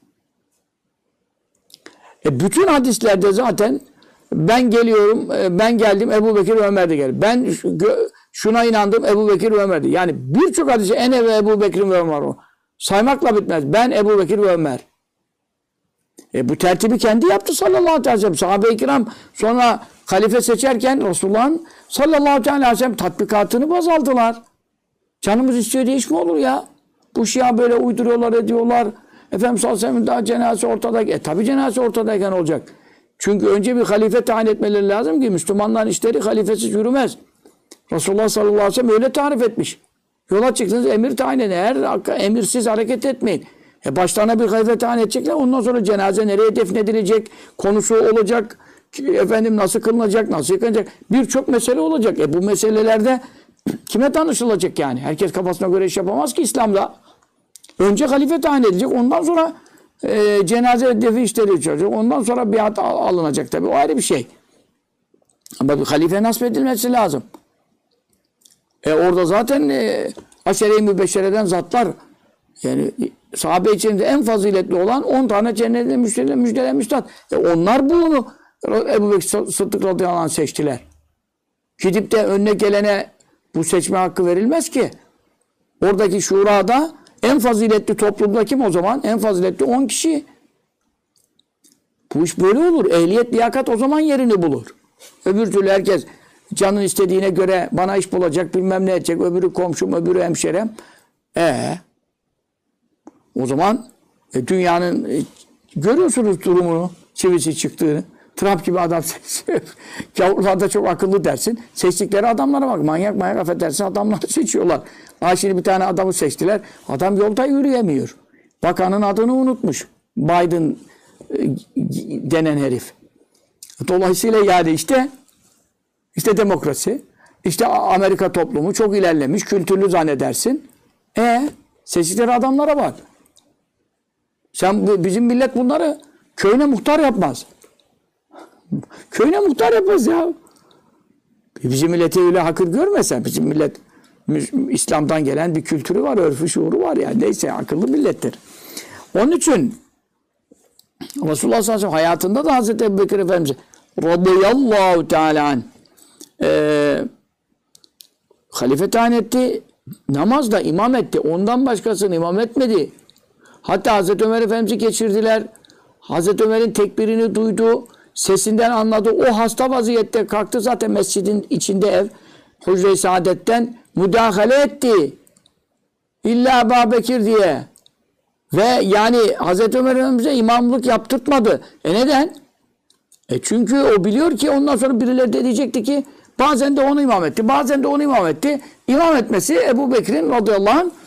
E bütün hadislerde zaten ben geliyorum, ben geldim Ebu Bekir ve Ömer de geldi. Ben şuna inandım Ebu Bekir ve Ömer'di. Yani birçok hadise ene ve Ebu Bekir ve Ömer o. Saymakla bitmez. Ben Ebu Bekir ve Ömer. E bu tertibi kendi yaptı sallallahu aleyhi ve sellem. Sahabe-i kiram sonra halife seçerken Resulullah'ın sallallahu aleyhi ve sellem tatbikatını baz aldılar. Canımız istiyor diye iş mi olur ya? Bu Şia böyle uyduruyorlar ediyorlar. Efendimiz sallallahu aleyhi ve sellem daha cenazesi ortada. E tabi cenazesi ortadayken olacak. Çünkü önce bir halife tayin etmeleri lazım ki Müslümanların işleri halifesiz yürümez. Resulullah sallallahu aleyhi ve sellem öyle tarif etmiş. Yola çıktınız emir tayin edin. Eğer emirsiz hareket etmeyin. E başlarına bir halife tayin edecekler. Ondan sonra cenaze nereye defnedilecek? Konusu olacak. Efendim nasıl kılınacak? Nasıl yıkanacak? Birçok mesele olacak. E bu meselelerde Kime danışılacak yani? Herkes kafasına göre iş yapamaz ki İslam'da. Önce halife tayin edilecek. Ondan sonra e, cenaze defi işleri yapacak. Ondan sonra biat alınacak tabii. O ayrı bir şey. Ama bir halife nasip edilmesi lazım. E orada zaten e, aşere-i mübeşşereden zatlar, yani sahabe içinde en faziletli olan on tane cennetle müjdele, müjdelenmişler. E onlar bunu Ebu Bekir Sıddık radıyallahu anh seçtiler. Gidip de önüne gelene bu seçme hakkı verilmez ki. Oradaki şurada en faziletli toplumda kim o zaman? En faziletli on kişi. Bu iş böyle olur. Ehliyet, liyakat o zaman yerini bulur. Öbür türlü herkes canın istediğine göre bana iş bulacak, bilmem ne edecek, öbürü komşum, öbürü hemşerem. E o zaman e, dünyanın e, görüyorsunuz durumunu, çivisi çıktığını. Trump gibi adam seçiyor. Gavurlar da çok akıllı dersin. Seçtikleri adamlara bak. Manyak manyak affedersin adamları seçiyorlar. Ha şimdi bir tane adamı seçtiler. Adam yolda yürüyemiyor. Bakanın adını unutmuş. Biden e, denen herif. Dolayısıyla yani işte işte demokrasi, işte Amerika toplumu çok ilerlemiş, kültürlü zannedersin. E seçtikleri adamlara bak. Sen bizim millet bunları köyüne muhtar yapmaz. Köyüne muhtar yapmaz ya. Bizim milleti öyle hakir görmesen, bizim millet İslam'dan gelen bir kültürü var, örfü, şuuru var ya. Neyse akıllı millettir. Onun için Resulullah sallallahu aleyhi ve sellem hayatında da Hazreti Ebu Bekir Efendimiz radıyallahu teala anh e, halife tayin etti. Namazda imam etti. Ondan başkasını imam etmedi. Hatta Hazreti Ömer Efendimiz'i geçirdiler. Hazreti Ömer'in tekbirini duydu. Sesinden anladı. O hasta vaziyette kalktı. Zaten mescidin içinde ev. Hücre-i Saadet'ten müdahale etti. İlla Ebu Bekir diye. Ve yani Hazreti Ömer Efendimiz'e imamlık yaptırtmadı. E neden? E çünkü o biliyor ki ondan sonra birileri de diyecekti ki bazen de onu imam etti. Bazen de onu imam etti. İmam etmesi Ebu Bekir'in radıyallahu anh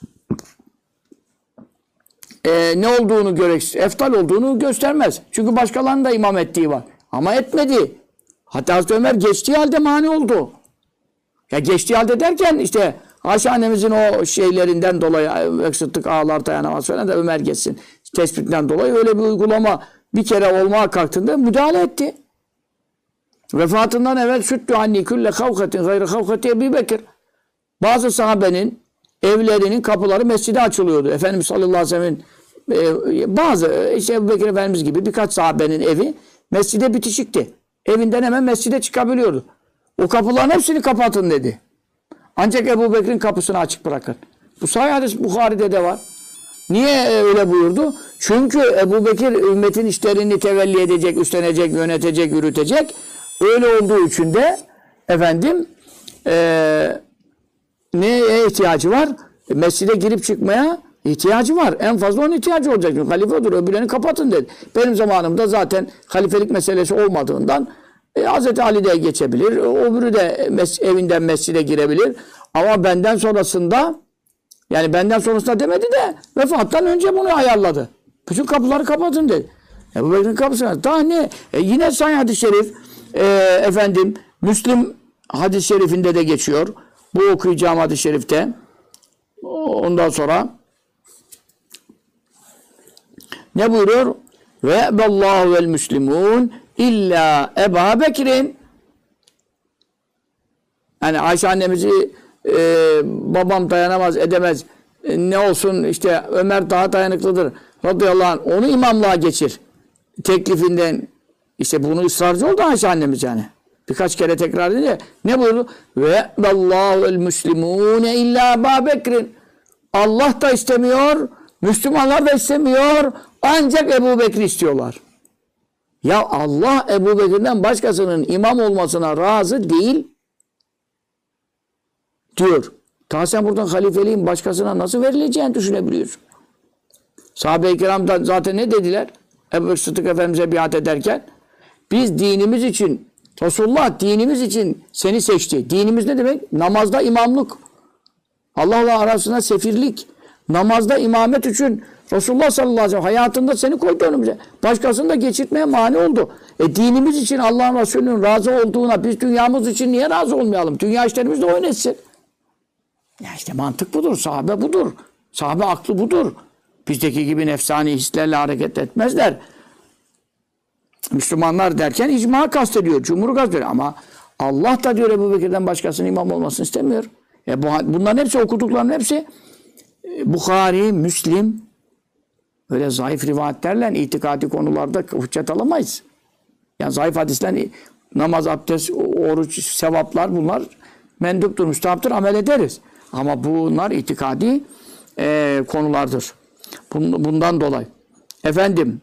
e, ne olduğunu görek, eftal olduğunu göstermez. Çünkü başkalarının da imam ettiği var. Ama etmedi. Hatta Hazreti Ömer geçtiği halde mani oldu. Ya geçtiği halde derken işte Ayşe annemizin o şeylerinden dolayı Sıddık ağlar dayanamaz falan da Ömer geçsin tespitinden dolayı öyle bir uygulama bir kere olmaya kalktığında müdahale etti. Vefatından evvel süttü anni külle kavkatin gayrı kavkati Ebu Bekir. Bazı sahabenin evlerinin kapıları mescide açılıyordu. Efendimiz sallallahu aleyhi ve sellem'in e, bazı işte Ebu Bekir Efendimiz gibi birkaç sahabenin evi mescide bitişikti. Evinden hemen mescide çıkabiliyordu. O kapıların hepsini kapatın dedi. Ancak Ebu Bekir'in kapısını açık bırakın. Bu sahih hadis Bukhari'de de var. Niye öyle buyurdu? Çünkü Ebu Bekir ümmetin işlerini tevelli edecek, üstlenecek, yönetecek, yürütecek. Öyle olduğu için de efendim e, neye ihtiyacı var? Mescide girip çıkmaya ihtiyacı var. En fazla onun ihtiyacı olacak. Çünkü halife odur. Öbürlerini kapatın dedi. Benim zamanımda zaten halifelik meselesi olmadığından e, Hazreti Ali de geçebilir. Öbürü de mes- evinden mescide girebilir. Ama benden sonrasında yani benden sonrasında demedi de vefattan önce bunu ayarladı. Bütün kapıları kapatın dedi. Ebu Bekir'in kapısına. Daha ne? E, yine Sahih hadis-i şerif e, efendim Müslim hadis-i şerifinde de geçiyor. Bu okuyacağım hadis-i şerifte. Ondan sonra ne buyuruyor? Ve eballahu vel müslimun illa Ebu Bekir'in. Yani Ayşe annemizi e, babam dayanamaz edemez. E, ne olsun işte Ömer daha dayanıklıdır. Radıyallahu anh onu imamlığa geçir. Teklifinden işte bunu ısrarcı oldu Ayşe annemiz yani. Birkaç kere tekrar edince ne buyurdu? Ve Allahu el muslimune illa Ebu Bekir'in. Allah da istemiyor, Müslümanlar da istemiyor. Ancak Ebu Bekir istiyorlar. Ya Allah Ebu Bekir'den başkasının imam olmasına razı değil diyor. Ta sen buradan halifeliğin başkasına nasıl verileceğini düşünebiliyorsun. Sahabe-i kiram da zaten ne dediler? Ebu Bekir Sıddık Efendimiz'e biat ederken biz dinimiz için, Resulullah dinimiz için seni seçti. Dinimiz ne demek? Namazda imamlık. Allah'la arasında sefirlik. Namazda imamet için Resulullah sallallahu aleyhi ve sellem hayatında seni koydu önümüze. Başkasını da geçirtmeye mani oldu. E dinimiz için Allah'ın Resulü'nün razı olduğuna biz dünyamız için niye razı olmayalım? Dünya işlerimiz de oyun etsin. Ya işte mantık budur, sahabe budur. Sahabe aklı budur. Bizdeki gibi nefsani hislerle hareket etmezler. Müslümanlar derken icma kastediyor, cumhur kastediyor. Ama Allah da diyor Ebu Bekir'den başkasının imam olmasını istemiyor. E bu, bunların hepsi, okuduklarının hepsi e, Bukhari, Müslim, öyle zayıf rivayetlerle itikadi konularda hüccet alamayız. Yani zayıf hadisler, namaz, abdest, oruç, sevaplar, bunlar menduptur, müstahaptır, amel ederiz. Ama bunlar itikadi e, konulardır. Bundan dolayı. Efendim,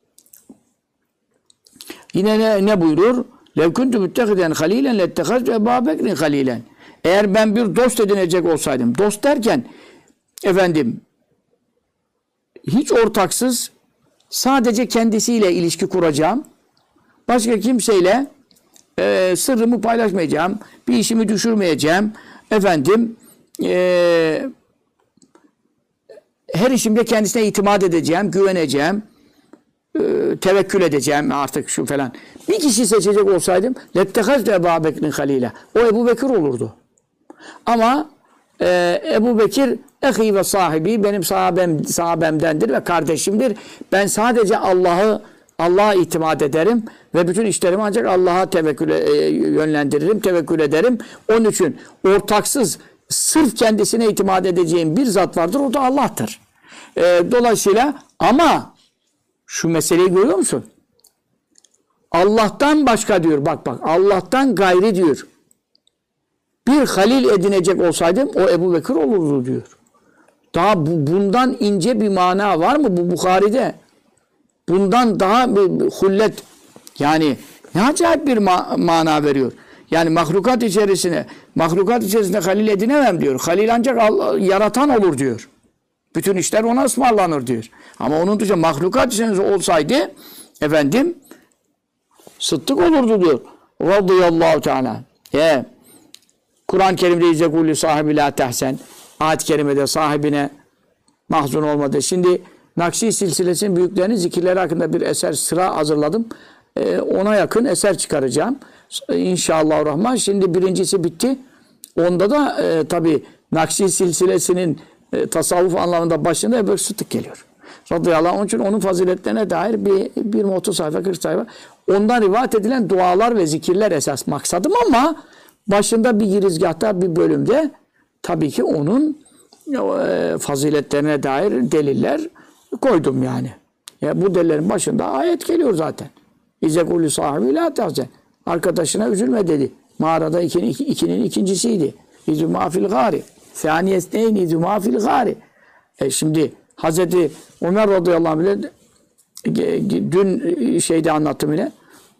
yine ne, ne buyurur? لَوْ كُنْتُ مُتَّخِذًا خَل۪يلًا لَاتَّخَذْتُ اَبَا بَكْرٍ خَل۪يلًا. Eğer ben bir dost edinecek olsaydım, dost derken, efendim, hiç ortaksız, sadece kendisiyle ilişki kuracağım, başka kimseyle e, sırrımı paylaşmayacağım, bir işimi düşürmeyeceğim, efendim, e, her işimde kendisine itimat edeceğim, güveneceğim, e, tevekkül edeceğim artık şu falan. Bir kişi seçecek olsaydım lettehaztu Ebu Bekir'in halile. O Ebu Bekir olurdu. Ama e, Ebu Bekir ehi ve sahibi, benim sahabem, sahabemdendir ve kardeşimdir. Ben sadece Allah'ı Allah'a itimat ederim ve bütün işlerimi ancak Allah'a tevekkül e, yönlendiririm, tevekkül ederim. Onun için ortaksız, sırf kendisine itimat edeceğim bir zat vardır, o da Allah'tır. E, dolayısıyla ama şu meseleyi görüyor musun? Allah'tan başka diyor, bak bak, Allah'tan gayri diyor. Bir halil edinecek olsaydım o Ebu Bekir olurdu diyor. Daha bu, bundan ince bir mana var mı bu Bukhari'de? Bundan daha bir hullet, yani ne acayip bir ma mana veriyor. Yani mahlukat içerisine, mahlukat içerisinde halil edinemem diyor. Halil ancak Allah, yaratan olur diyor. Bütün işler ona ısmarlanır diyor. Ama onun dışında mahlukat içerisinde olsaydı efendim sıddık olurdu diyor. Radıyallahu teala. E, Kur'an-ı Kerim'de izzekulli sahibi la tehsen. Ayet-i kerimede sahibine mahzun olmadı. Şimdi Nakşi silsilesinin büyüklerinin zikirleri hakkında bir eser, sıra hazırladım. E, ona yakın eser çıkaracağım. İnşallahurrahman. Şimdi birincisi bitti. Onda da e, tabi Nakşi silsilesinin e, tasavvuf anlamında başında Ebu Sıddık geliyor. Radıyallahu anh. Onun için onun faziletlerine dair bir, bir otuz sayfa, kırk sayfa. Ondan rivayet edilen dualar ve zikirler esas maksadım ama başında bir girizgahta, bir bölümde tabii ki onun e, faziletlerine dair deliller koydum yani. Ya bu delillerin başında ayet geliyor zaten. İzzekulü sahibi la tahzen. Arkadaşına üzülme dedi. Mağarada ikinin, ikinin ikincisiydi. İzumâ fil gâri. Fâniyesneyn izumâ fil gâri. E şimdi Hazreti Ömer radıyallahu anh bile dün şeyde anlattım yine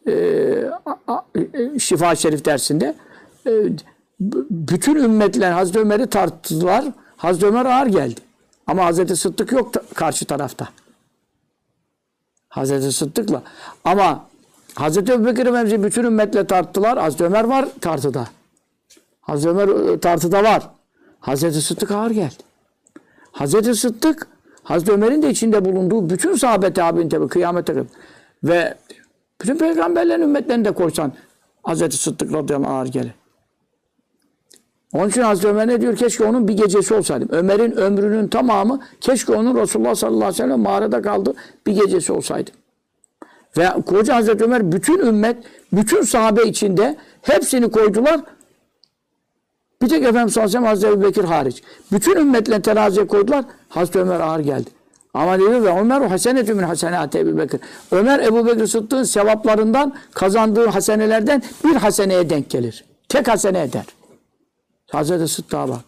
e, Şifa Şerif dersinde e, bütün ümmetler Hazreti Ömer'i tarttılar. Hazreti Ömer ağır geldi. Ama Hazreti Sıddık yok karşı tarafta. Hazreti Sıddık'la. Ama Hazreti Ebubekir Efendimiz'i bütün ümmetle tarttılar. Hazreti Ömer var tartıda. Hazreti Ömer tartıda var. Hazreti Sıddık ağır geldi. Hazreti Sıddık, Hazreti Ömer'in de içinde bulunduğu bütün sahabe tabi'in tabi kıyamete kadar ve bütün peygamberlerin ümmetlerini de koysan Hazreti Sıddık radıyallahu anh ağır gelir. Onun için Hazreti Ömer ne diyor? Keşke onun bir gecesi olsaydım. Ömer'in ömrünün tamamı keşke onun Resulullah sallallahu aleyhi ve sellem mağarada kaldı bir gecesi olsaydı. Ve koca Hazreti Ömer bütün ümmet, bütün sahabe içinde hepsini koydular. Bir tek Efendimiz sallallahu aleyhi ve sellem Hazreti Ebubekir hariç. Bütün ümmetle teraziye koydular. Hazreti Ömer ağır geldi. Ama diyor ve Ömer o hasenetü min hasenâti Ebubekir. Ömer Ebubekir Sıddık'ın sevaplarından kazandığı hasenelerden bir haseneye denk gelir. Tek hasene eder. Hazreti Sıddık'a bak.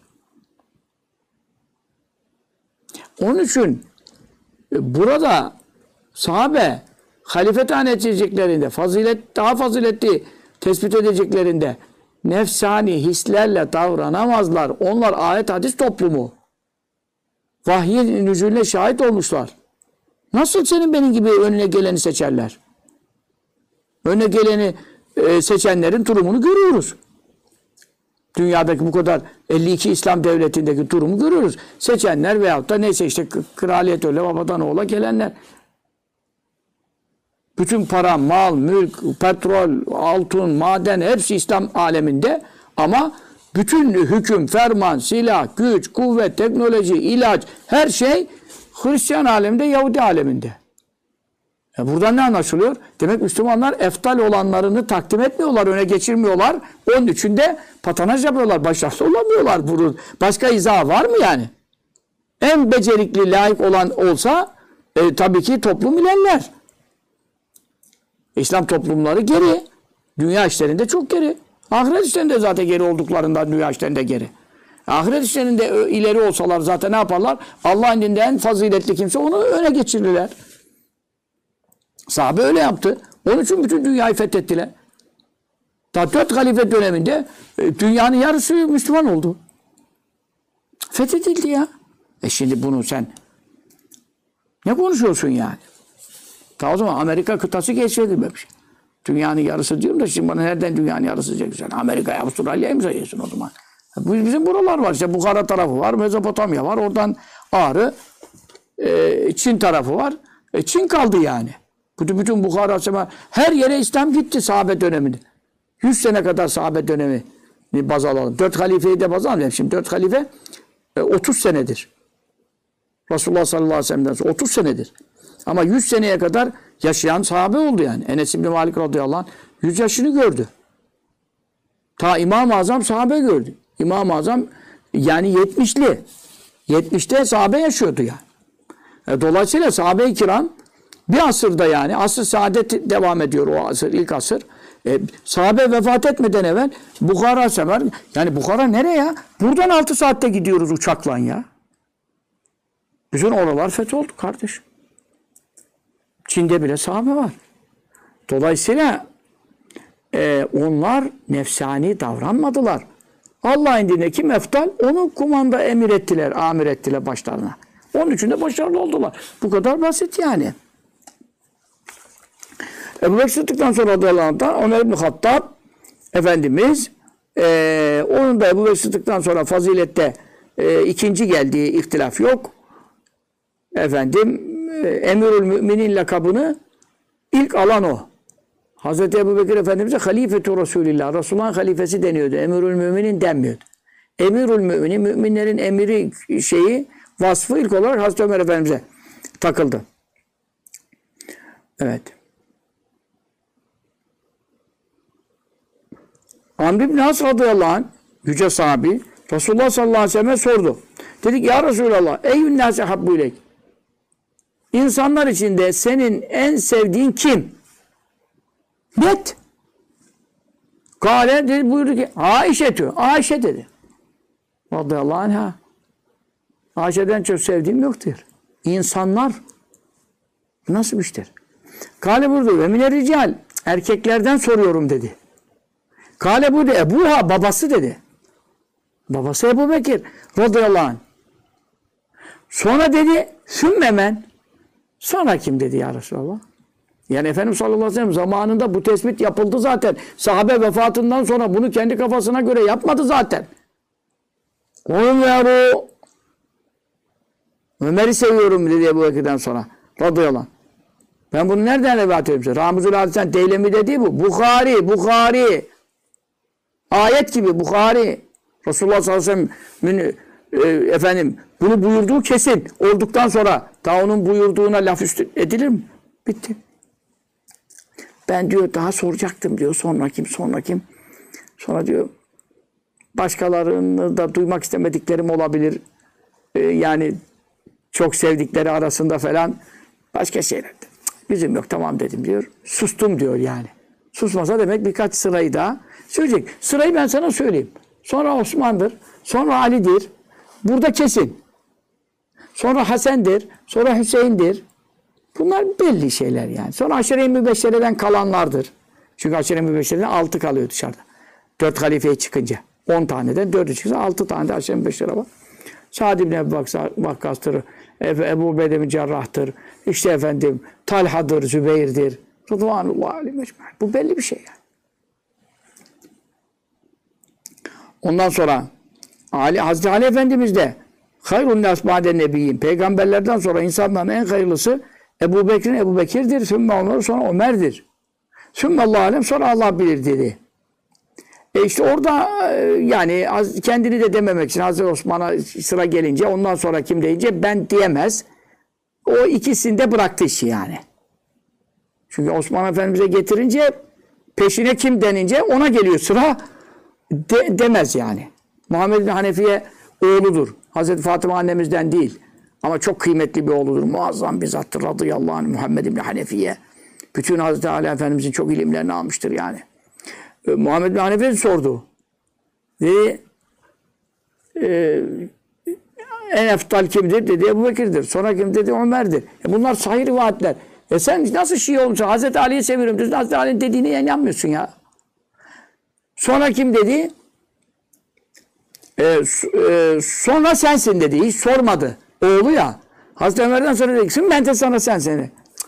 Onun için burada sahabe halife tayin edeceklerinde, fazilet, daha faziletli tespit edeceklerinde nefsani hislerle davranamazlar. Onlar ayet hadis toplumu. Vahyin nüzulüne şahit olmuşlar. Nasıl senin benim gibi önüne geleni seçerler? Önüne geleni e, seçenlerin durumunu görüyoruz. Dünyadaki bu kadar elli iki İslam devletindeki durumu görüyoruz. Seçenler veyahut da neyse işte kraliyet öyle babadan oğula gelenler. Bütün para, mal, mülk, petrol, altın, maden hepsi İslam aleminde ama Bütün hüküm, ferman, silah, güç, kuvvet, teknoloji, ilaç, her şey Hristiyan aleminde, Yahudi aleminde. E buradan ne anlaşılıyor? Demek Müslümanlar eftal olanlarını takdim etmiyorlar, öne geçirmiyorlar. Onun için de patanaj yapıyorlar, başarılı olamıyorlar. Bunun başka izahı var mı yani? En becerikli, layık olan olsa e, tabii ki toplum ilerler. İslam toplumları geri. Dünya işlerinde çok geri. Ahiret işlerinde zaten geri olduklarından dünya işlerinde geri. Ahiret işlerinde ileri olsalar zaten ne yaparlar? Allah'ın indinde en faziletli kimse onu öne geçirirler. Sahabe öyle yaptı. Onun için bütün dünyayı fethettiler. Daha dört halife döneminde e, dünyanın yarısı Müslüman oldu. Fethedildi ya. E şimdi bunu sen ne konuşuyorsun yani? Ta o zaman Amerika kıtası keşfedilmemiş. Dünyanın yarısı diyorum da şimdi bana nereden dünyanın yarısı diyeceksin? Amerika'ya, Avustralya'ya mı sayıyorsun o zaman? Bizim buralar var. İşte Bukhara tarafı var, Mezopotamya var. Oradan Ağrı, e, Çin tarafı var. E, Çin kaldı yani. Bütün, bütün Bukhara, her yere İslam gitti sahabe döneminde. yüz sene kadar sahabe dönemi baz alalım. Dört halifeyi de baz alalım. Şimdi dört halife e, otuz senedir. Resulullah sallallahu aleyhi ve sellem'den sonra otuz senedir. Ama yüz seneye kadar yaşayan sahabe oldu yani. Enes İbni Malik radıyallahu anh yüz yaşını gördü. Ta İmam-ı Azam sahabe gördü. İmam-ı Azam yani yetmişli. yetmişte sahabe yaşıyordu yani. E, dolayısıyla sahabe-i kiram bir asırda yani asr-ı saadet devam ediyor o asır, ilk asır. E, sahabe vefat etmeden evvel Bukhara sefer. Yani Bukhara nereye ya? Buradan altı saatte gidiyoruz uçakla ya. Bütün oralar fetholdu kardeş. Çin'de bile sahabe var. Dolayısıyla e, onlar nefsani davranmadılar. Allah'ın dinine kim eftal? Onu kumanda emir ettiler, amir ettiler başlarına. Onun için de başarılı oldular. Bu kadar basit yani. Ebu Bekir Sıddık'tan sonra radıyallahu anh, Ömer İbni Hattab Efendimiz e, onun da Ebu Bekir Sıddık'tan sonra fazilette e, ikinci geldiği ihtilaf yok. Efendim e, Emirül Müminin lakabını ilk alan o. Hazreti Ebu Bekir Efendimiz'e halifetü Resulillah, Resulullah'ın halifesi deniyordu. Emirül Müminin denmiyordu. Emirül Müminin, müminlerin emiri şeyi, vasfı ilk olarak Hazreti Ömer Efendimiz'e takıldı. Evet. Amr ibn As radıyallahu anh, yüce sahabi, Resulullah sallallahu aleyhi ve sellem'e sordu. Dedik ya Resulallah, eyyün nâse habbu ileyk. İnsanlar içinde senin en sevdiğin kim? Net. Kale dedi, buyurdu ki Ayşe diyor. Ayşe dedi. Radıyallahu anh'a. Ayşe'den çok sevdiğim yoktur. İnsanlar nasıl bir iştir? Kale buyurdu ve mine rical. Erkeklerden soruyorum dedi. Kale buyurdu Ebuha, babası dedi. Babası Ebu Bekir radıyallahu anh. Sonra dedi sümmemen. Sonra kim dedi ya Resulallah? Yani Efendimiz sallallahu aleyhi ve sellem zamanında bu tespit yapıldı zaten. Sahabe vefatından sonra bunu kendi kafasına göre yapmadı zaten. Ömer'i Ömer'i seviyorum dedi Ebu Bekir'den sonra. Radıyallahu anh. Ben bunu nereden rivayet ediyorum? Ramuzul Hadisen Deylemi dediği bu. Bukhari, Bukhari. Ayet gibi Bukhari. Resulullah sallallahu aleyhi ve sellem e, efendim bunu buyurduğu kesin olduktan sonra daha onun buyurduğuna laf üstü edilir mi? Bitti. Ben diyor daha soracaktım diyor. Sonra kim, sonra kim? Sonra diyor başkalarını da duymak istemediklerim olabilir. Ee, yani çok sevdikleri arasında falan başka şeyler. Bizim yok tamam dedim diyor. Sustum diyor yani. Susmasa demek birkaç sırayı daha söyleyecek. Sırayı ben sana söyleyeyim. Sonra Osman'dır. Sonra Ali'dir. Burada kesin. Sonra Hasen'dir. Sonra Hüseyin'dir. Bunlar belli şeyler yani. Sonra aşire-i mübeşşereden kalanlardır. Çünkü aşire-i mübeşşereden altı kalıyor dışarıda. Dört halifeye çıkınca. On taneden dördü çıksa altı tane de aşire-i mübeşşere var. Sa'd ibn Ebu Vakkas'tır. Ebu Bedem Cerrah'tır. İşte efendim Talha'dır, Zübeyir'dir. Rıdvanullah aleyhi mecmu'in. Bu belli bir şey yani. Ondan sonra Ali, Hazreti Ali Efendimiz de hayrun nas ba'den nebiyyin. Peygamberlerden sonra insanların en hayırlısı Ebu Bekir'in Ebu Bekir'dir. Sümme onları sonra Ömer'dir. Sümme Allah alem sonra Allah bilir dedi. E işte orada e, yani az, kendini de dememek için Hazreti Osman'a sıra gelince ondan sonra kim deyince ben diyemez. O ikisinde bıraktı işi yani. Çünkü Osman Efendimiz'e getirince peşine kim denince ona geliyor sıra de, demez yani. Muhammed bin Hanefiye oğludur. Hazreti Fatıma annemizden değil. Ama çok kıymetli bir oğludur. Muazzam bir zattır. Radıyallahu anh Muhammed bin Hanefiye. Bütün Hazreti Ali Efendimiz'in çok ilimlerini almıştır yani. E, Muhammed bin Hanefiye sordu. Ve e, en eftal kimdir? Dedi Ebu Bekir'dir. Sonra kim dedi? Ömer'dir. E bunlar sahih rivayetler. E sen nasıl Şii olmuşsun? Hazreti Ali'yi seviyorum diyorsun. Hazreti Ali'nin dediğine inanmıyorsun ya. Sonra kim dedi? E, e, sonra sensin dedi. Hiç sormadı. Oğlu ya. Hazreti Ömer'den sonra dedi ben de sana sen seni.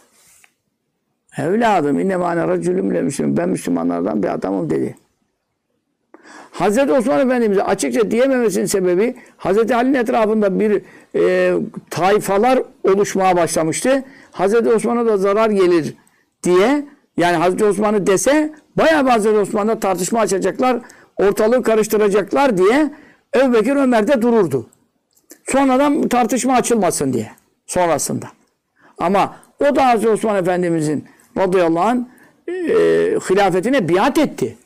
Evladım innemâne racülümle müslüm. Ben Müslümanlardan bir adamım dedi. Hazreti Osman Efendimiz'e açıkça diyememesinin sebebi Hazreti Ali'nin etrafında bir e, tayfalar oluşmaya başlamıştı. Hazreti Osman'a da zarar gelir diye yani Hazreti Osman'ı dese bayağı bir Hazreti Osman'da tartışma açacaklar, ortalığı karıştıracaklar diye Ebu Bekir Ömer de dururdu. Sonradan tartışma açılmasın diye sonrasında. Ama o da Hazreti Osman Efendimiz'in radıyallahu anh e, hilafetine biat etti.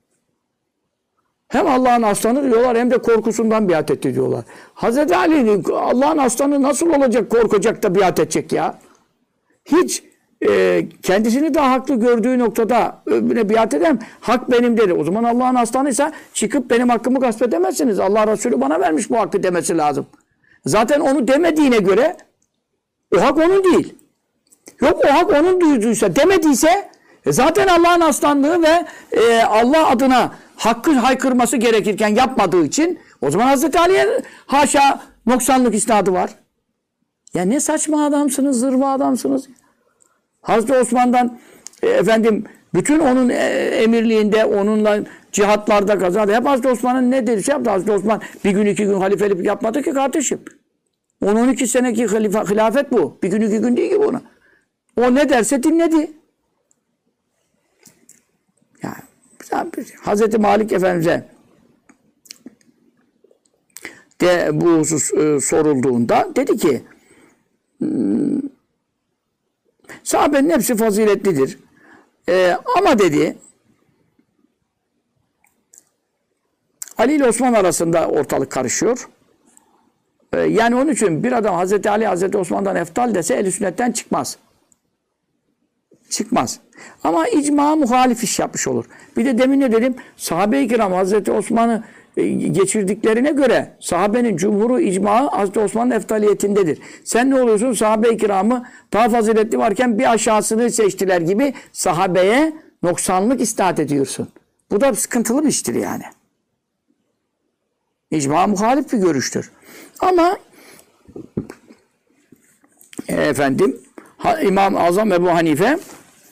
Hem Allah'ın aslanı diyorlar hem de korkusundan biat etti diyorlar. Hazreti Ali Allah'ın aslanı nasıl olacak korkacak da biat edecek ya? Hiç e, kendisini daha haklı gördüğü noktada öbürüne biat edem. Hak benim dedi. O zaman Allah'ın aslanıysa çıkıp benim hakkımı gasp edemezsiniz. Allah Resulü bana vermiş bu hakkı demesi lazım. Zaten onu demediğine göre o hak onun değil. Yok o hak onun duyduysa demediyse e, zaten Allah'ın aslanlığı ve e, Allah adına hakkı haykırması gerekirken yapmadığı için o zaman Hazreti Ali'ye haşa noksanlık isnadı var. Ya ne saçma adamsınız, zırva adamsınız. Hazreti Osman'dan e, efendim bütün onun e, emirliğinde, onunla cihatlarda kazandı. Hep Hazreti Osman'ın ne dedi şey yaptı. Hazreti Osman bir gün iki gün halifelik yapmadı ki kardeşim. on on iki seneki halife, hilafet bu. Bir gün iki gün değil ki bunu. O ne derse dinledi. Yani Hazreti Malik Efendimiz'e de bu husus e, sorulduğunda dedi ki hmm, sahabenin hepsi faziletlidir. E, ama dedi Ali ile Osman arasında ortalık karışıyor. E, yani onun için bir adam Hazreti Ali Hazreti Osman'dan eftal dese ehl-i sünnetten çıkmaz. Çıkmaz. Ama icma muhalif iş yapmış olur. Bir de demin ne dedim? Sahabe-i kiram Hazreti Osman'ı geçirdiklerine göre sahabenin cumhuru icmağı Hazreti Osman'ın eftaliyetindedir. Sen ne oluyorsun? Sahabe-i kiramı daha faziletli varken bir aşağısını seçtiler gibi sahabeye noksanlık istat ediyorsun. Bu da sıkıntılı bir iştir yani. İcma muhalif bir görüştür. Ama efendim İmam-ı Azam Ebu Hanife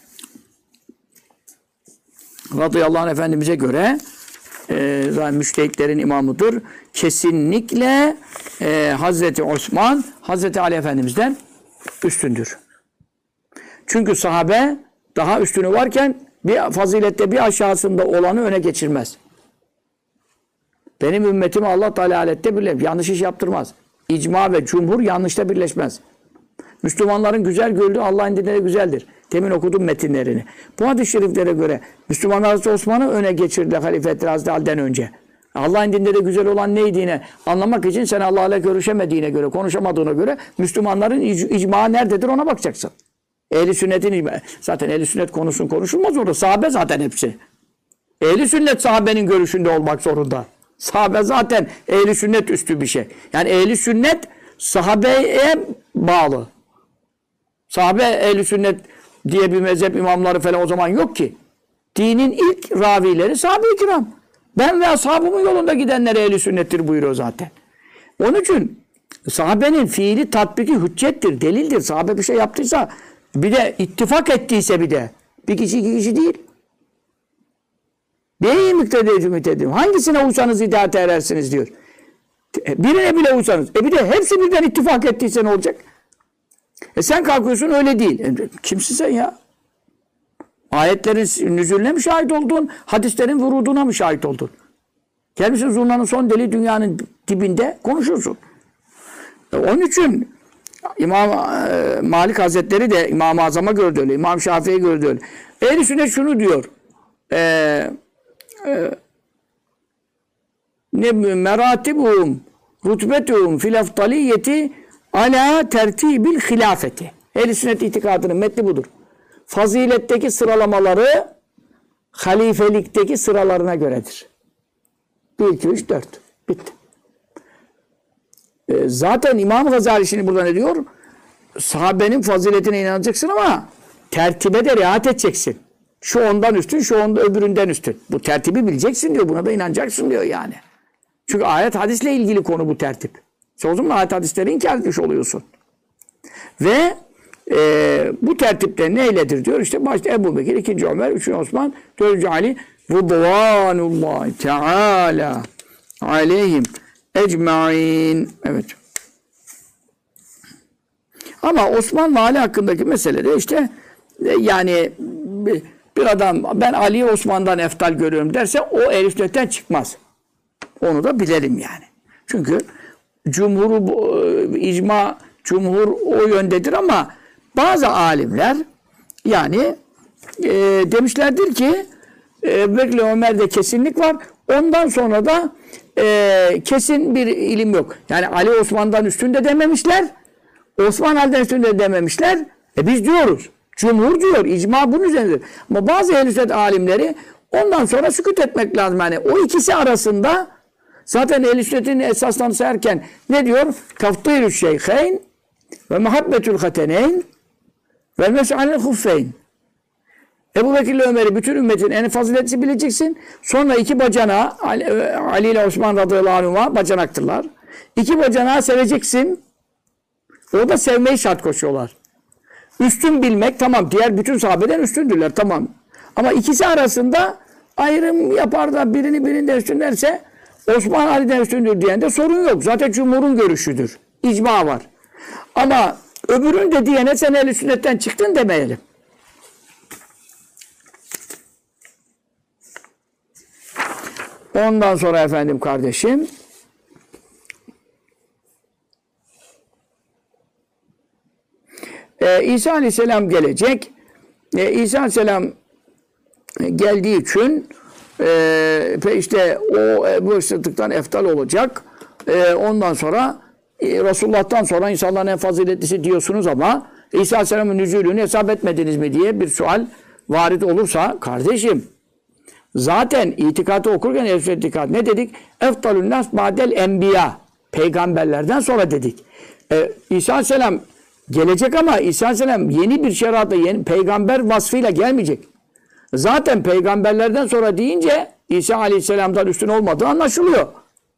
radıyallahu anh Efendimiz'e göre e, müştehitlerin imamıdır. Kesinlikle e, Hazreti Osman Hazreti Ali Efendimiz'den üstündür. Çünkü sahabe daha üstünü varken bir fazilette bir aşağısında olanı öne geçirmez. Benim ümmetimi Allah Teala alette birleşmez. Yanlış iş yaptırmaz. İcma ve cumhur yanlışta birleşmez. Müslümanların güzel gördüğü Allah'ın dinleri güzeldir. Demin okudum metinlerini. Bu hadis-i şeriflere göre Müslümanlar Hazreti Osman'ı öne geçirdi halifetler Hazreti Ali'den önce. Allah'ın dinleri güzel olan neydiğini anlamak için sen Allah'la görüşemediğine göre, konuşamadığına göre Müslümanların ic- icma nerededir ona bakacaksın. Ehl-i sünnetin icma. Zaten ehl-i sünnet konusun konuşulmaz orada. Sahabe zaten hepsi. Ehl-i sünnet sahabenin görüşünde olmak zorunda. Sahabe zaten ehl-i sünnet üstü bir şey. Yani ehl-i sünnet sahabeye bağlı. Sahabe ehl-i sünnet diye bir mezhep imamları falan o zaman yok ki. Dinin ilk ravileri sahabe-i kiram. Ben ve ashabımın yolunda gidenlere ehl-i sünnettir buyuruyor zaten. Onun için sahabenin fiili tatbiki hüccettir, delildir. Sahabe bir şey yaptıysa bir de ittifak ettiyse bir de bir kişi iki kişi değil. Neyi müktedecü mütedim? Hangisine uysanız hidayete erersiniz diyor. Birine bile uysanız. E bir de hepsi birden ittifak ettiyse ne olacak? E sen kalkıyorsun öyle değil. E kimsin sen ya? Ayetlerin nüzulüne mi şahit oldun? Hadislerin vuruduna mı şahit oldun? Gelmişsin zurnanın son deliği dünyanın dibinde konuşursun. E, onun için İmam e, Malik Hazretleri de İmam-ı Azam'a göre de öyle. İmam Şafii'ye göre de öyle. Ehl-i Sünnet şunu diyor. E, e, ne meratibuhum rutbetuhum fil eftaliyeti ala tertibil hilafeti. Ehl-i Sünnet itikadının metni budur. Faziletteki sıralamaları halifelikteki sıralarına göredir. bir, iki, üç, dört. Bitti. E, zaten İmam Gazali şimdi burada ne diyor? Sahabenin faziletine inanacaksın ama tertibe de riayet edeceksin. Şu ondan üstün, şu onda öbüründen üstün. Bu tertibi bileceksin diyor. Buna da inanacaksın diyor yani. Çünkü ayet hadisle ilgili konu bu tertip. Sen o zaman ayet hadisleri inkar etmiş oluyorsun. Ve e, bu tertipte neyledir diyor? İşte başta Ebu Bekir, ikinci Ömer, üçüncü Osman, dördüncü Ali. Rıdvanullahi Teala aleyhim ecmain. Evet. Ama Osman ve Ali hakkındaki meselede işte e, yani bir, bir adam ben Ali'yi Osman'dan eftal görüyorum derse o ehl-i sünnetten çıkmaz. Onu da bilelim yani. Çünkü cumhur icma cumhur o yöndedir ama bazı alimler yani e, demişlerdir ki e, Bekle Ömer'de kesinlik var. Ondan sonra da e, kesin bir ilim yok. Yani Ali Osman'dan üstün de dememişler. Osman Ali'den üstün de dememişler. E biz diyoruz. Cumhur diyor. İcma bunun üzerindedir. Ama bazı ehl-i sünnet alimleri ondan sonra sükût etmek lazım. Yani o ikisi arasında zaten ehl-i sünnetin esaslarını sayarken ne diyor? Taftirü şeyheyn ve muhabbetül hateneyn ve mes'alel huffeyn. Ebu Bekir ile Ömer'i bütün ümmetin en faziletli bileceksin. Sonra iki bacana Ali, Ali ile Osman radıyallahu anhuma bacanaktırlar. İki bacanağı seveceksin. O da sevmeyi şart koşuyorlar. Üstün bilmek tamam. Diğer bütün sahabeden üstündürler tamam. Ama ikisi arasında ayrım yapar da birini birinden üstün derse Osman Ali'den üstündür diyen de sorun yok. Zaten cumhurun görüşüdür. İcma var. Ama öbürün de diyene sen ehl-i sünnetten çıktın demeyelim. Ondan sonra efendim kardeşim Ee, İsa Aleyhisselam gelecek. Ee, İsa Aleyhisselam geldiği için e, işte o e, bu Sıddık'tan eftal olacak. E, ondan sonra e, Resulullah'tan sonra insanların en faziletlisi diyorsunuz ama İsa Aleyhisselam'ın nüzulünü hesap etmediniz mi diye bir sual varit olursa kardeşim zaten itikadı okurken ehl-i itikat ne dedik? Eftalun nas ba'del enbiya. Peygamberlerden sonra dedik. Ee, İsa Aleyhisselam gelecek ama İsa Aleyhisselam yeni bir şeriatla, yeni peygamber vasfıyla gelmeyecek. Zaten peygamberlerden sonra deyince İsa Aleyhisselam'dan üstün olmadığı anlaşılıyor.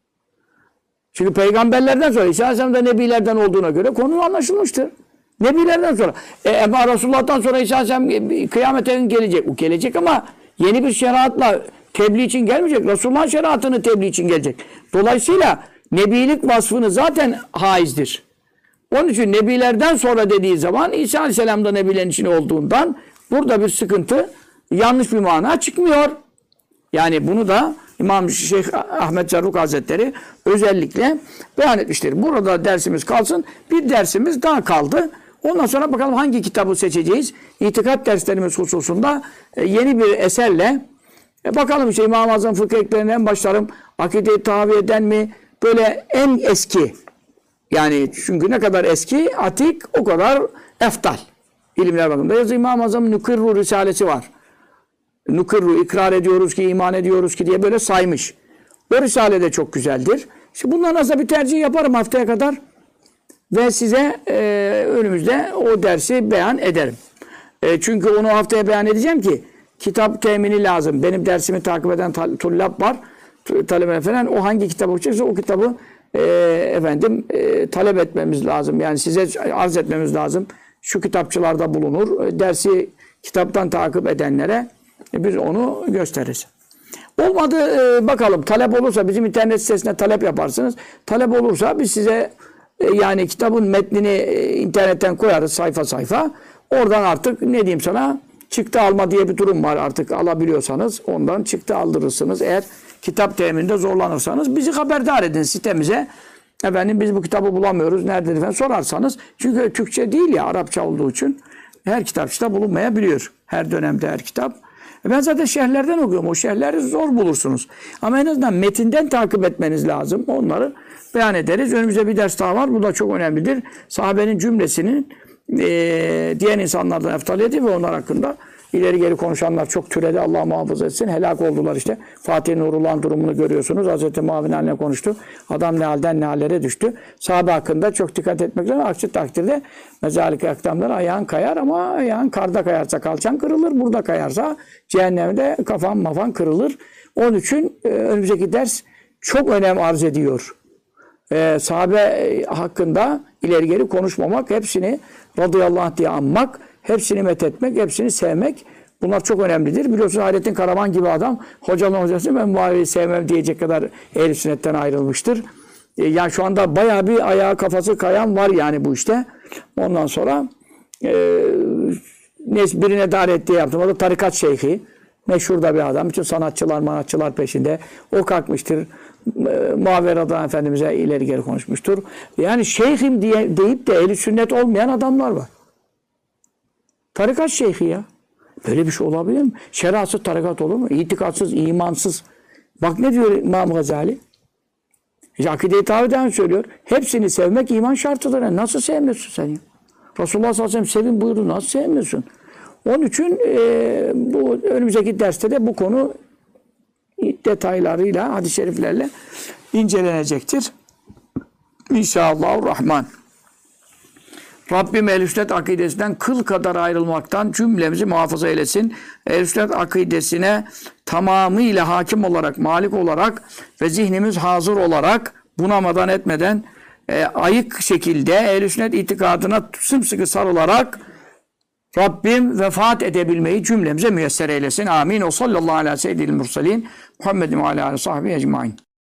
Çünkü peygamberlerden sonra İsa Aleyhisselam da nebilerden olduğuna göre konu anlaşılmıştır. Nebilerden sonra. E, ama Resulullah'tan sonra İsa Aleyhisselam kıyamete gelecek. O gelecek ama yeni bir şeriatla tebliğ için gelmeyecek. Resulullah'ın şeriatını tebliğ için gelecek. Dolayısıyla nebilik vasfını zaten haizdir. Onun için nebilerden sonra dediği zaman İsa Aleyhisselam da nebilerin içinde olduğundan burada bir sıkıntı, yanlış bir mana çıkmıyor. Yani bunu da İmam Şeyh Ahmet Zarruk Hazretleri özellikle beyan etmiştir. Burada dersimiz kalsın. Bir dersimiz daha kaldı. Ondan sonra bakalım hangi kitabı seçeceğiz. İtikat derslerimiz hususunda yeni bir eserle e bakalım işte İmam-ı Azam fıkıh ekberine başlarım. Akide-i Tahaviye'den mi? Böyle en eski. Yani çünkü ne kadar eski, atik o kadar eftal. İlimler bakımında. Yazı İmam-ı Azam'ın Nukirru Risalesi var. Nukirru, ikrar ediyoruz ki, iman ediyoruz ki diye böyle saymış. O Risale de çok güzeldir. İşte bundan nasıl bir tercih yaparım haftaya kadar. Ve size e, önümüzde o dersi beyan ederim. E, çünkü onu haftaya beyan edeceğim ki kitap temini lazım. Benim dersimi takip eden tullab var. Talebeler falan. O hangi kitabı okuyacaksa o kitabı e, efendim e, talep etmemiz lazım. Yani size arz etmemiz lazım. Şu kitapçılarda bulunur. E, dersi kitaptan takip edenlere e, biz onu gösteririz. Olmadı e, bakalım. Talep olursa bizim internet sitesine talep yaparsınız. Talep olursa biz size e, yani kitabın metnini e, internetten koyarız sayfa sayfa. Oradan artık ne diyeyim sana çıktı alma diye bir durum var artık, alabiliyorsanız ondan çıktı aldırırsınız. Eğer kitap temininde zorlanırsanız bizi haberdar edin sitemize. Efendim biz bu kitabı bulamıyoruz, nerededir efendim sorarsanız. Çünkü Türkçe değil ya, Arapça olduğu için her kitapçıda bulunmayabiliyor. Her dönemde her kitap. E ben zaten şerhlerden okuyorum. O şerhleri zor bulursunuz. Ama en azından metinden takip etmeniz lazım. Onları beyan ederiz. Önümüzde bir ders daha var. Bu da çok önemlidir. Sahabenin cümlesinin e, diğer insanlardan eftaliyeti ve onlar hakkında ileri geri konuşanlar çok türedi. Allah muhafaza etsin. Helak oldular işte. Fatih Nurullah'ın durumunu görüyorsunuz. Hazreti Muavin haline konuştu. Adam ne halden ne hallere düştü. Sahabe hakkında çok dikkat etmek lazım. Aksi takdirde mezalik akdamlar ayağın kayar ama ayağın karda kayarsa kalçan kırılır. Burada kayarsa cehennemde kafan mafan kırılır. Onun için e, önümüzdeki ders çok önem arz ediyor. E, sahabe hakkında ileri geri konuşmamak, hepsini radıyallahu anh diye anmak, hepsini methetmek, hepsini sevmek. Bunlar çok önemlidir. Biliyorsunuz Hayrettin Karaman gibi adam hocamın hocası ben Muaviye'yi sevmem diyecek kadar ehl-i sünnetten ayrılmıştır. E, yani şu anda bayağı bir ayağı kafası kayan var yani bu işte. Ondan sonra e, birine davet diye yaptım. O da tarikat şeyhi. Meşhur da bir adam. Bütün sanatçılar, manatçılar peşinde. O kalkmıştır. E, Muaviye radıyallahu anh Efendimiz'e ileri geri konuşmuştur. Yani şeyhim diye deyip de ehl-i sünnet olmayan adamlar var. Tarikat şeyhi ya. Böyle bir şey olabilir mi? Şeriatsız tarikat olur mu? İtikatsız, imansız. Bak ne diyor İmam Gazali? İşte akide-i tavhiden söylüyor. Hepsini sevmek iman şartıdır. Yani nasıl sevmiyorsun sen ya? Resulullah sallallahu aleyhi ve sellem sevin buyurdu. Nasıl sevmiyorsun? Onun için e, bu önümüzdeki derste de bu konu detaylarıyla, hadis-i şeriflerle incelenecektir. İnşallahurrahman. Rabbim ehl-i sünnet akidesinden kıl kadar ayrılmaktan cümlemizi muhafaza eylesin. Ehl-i sünnet akidesine tamamıyla hakim olarak, malik olarak ve zihnimiz hazır olarak bunamadan etmeden e, ayık şekilde ehl-i sünnet itikadına sımsıkı sarılarak Rabbim vefat edebilmeyi cümlemize müyesser eylesin. Amin. O sallallahu aleyhi ve sellem murselin. Muhammedin ve aleyhi ve sahbihi ecmain.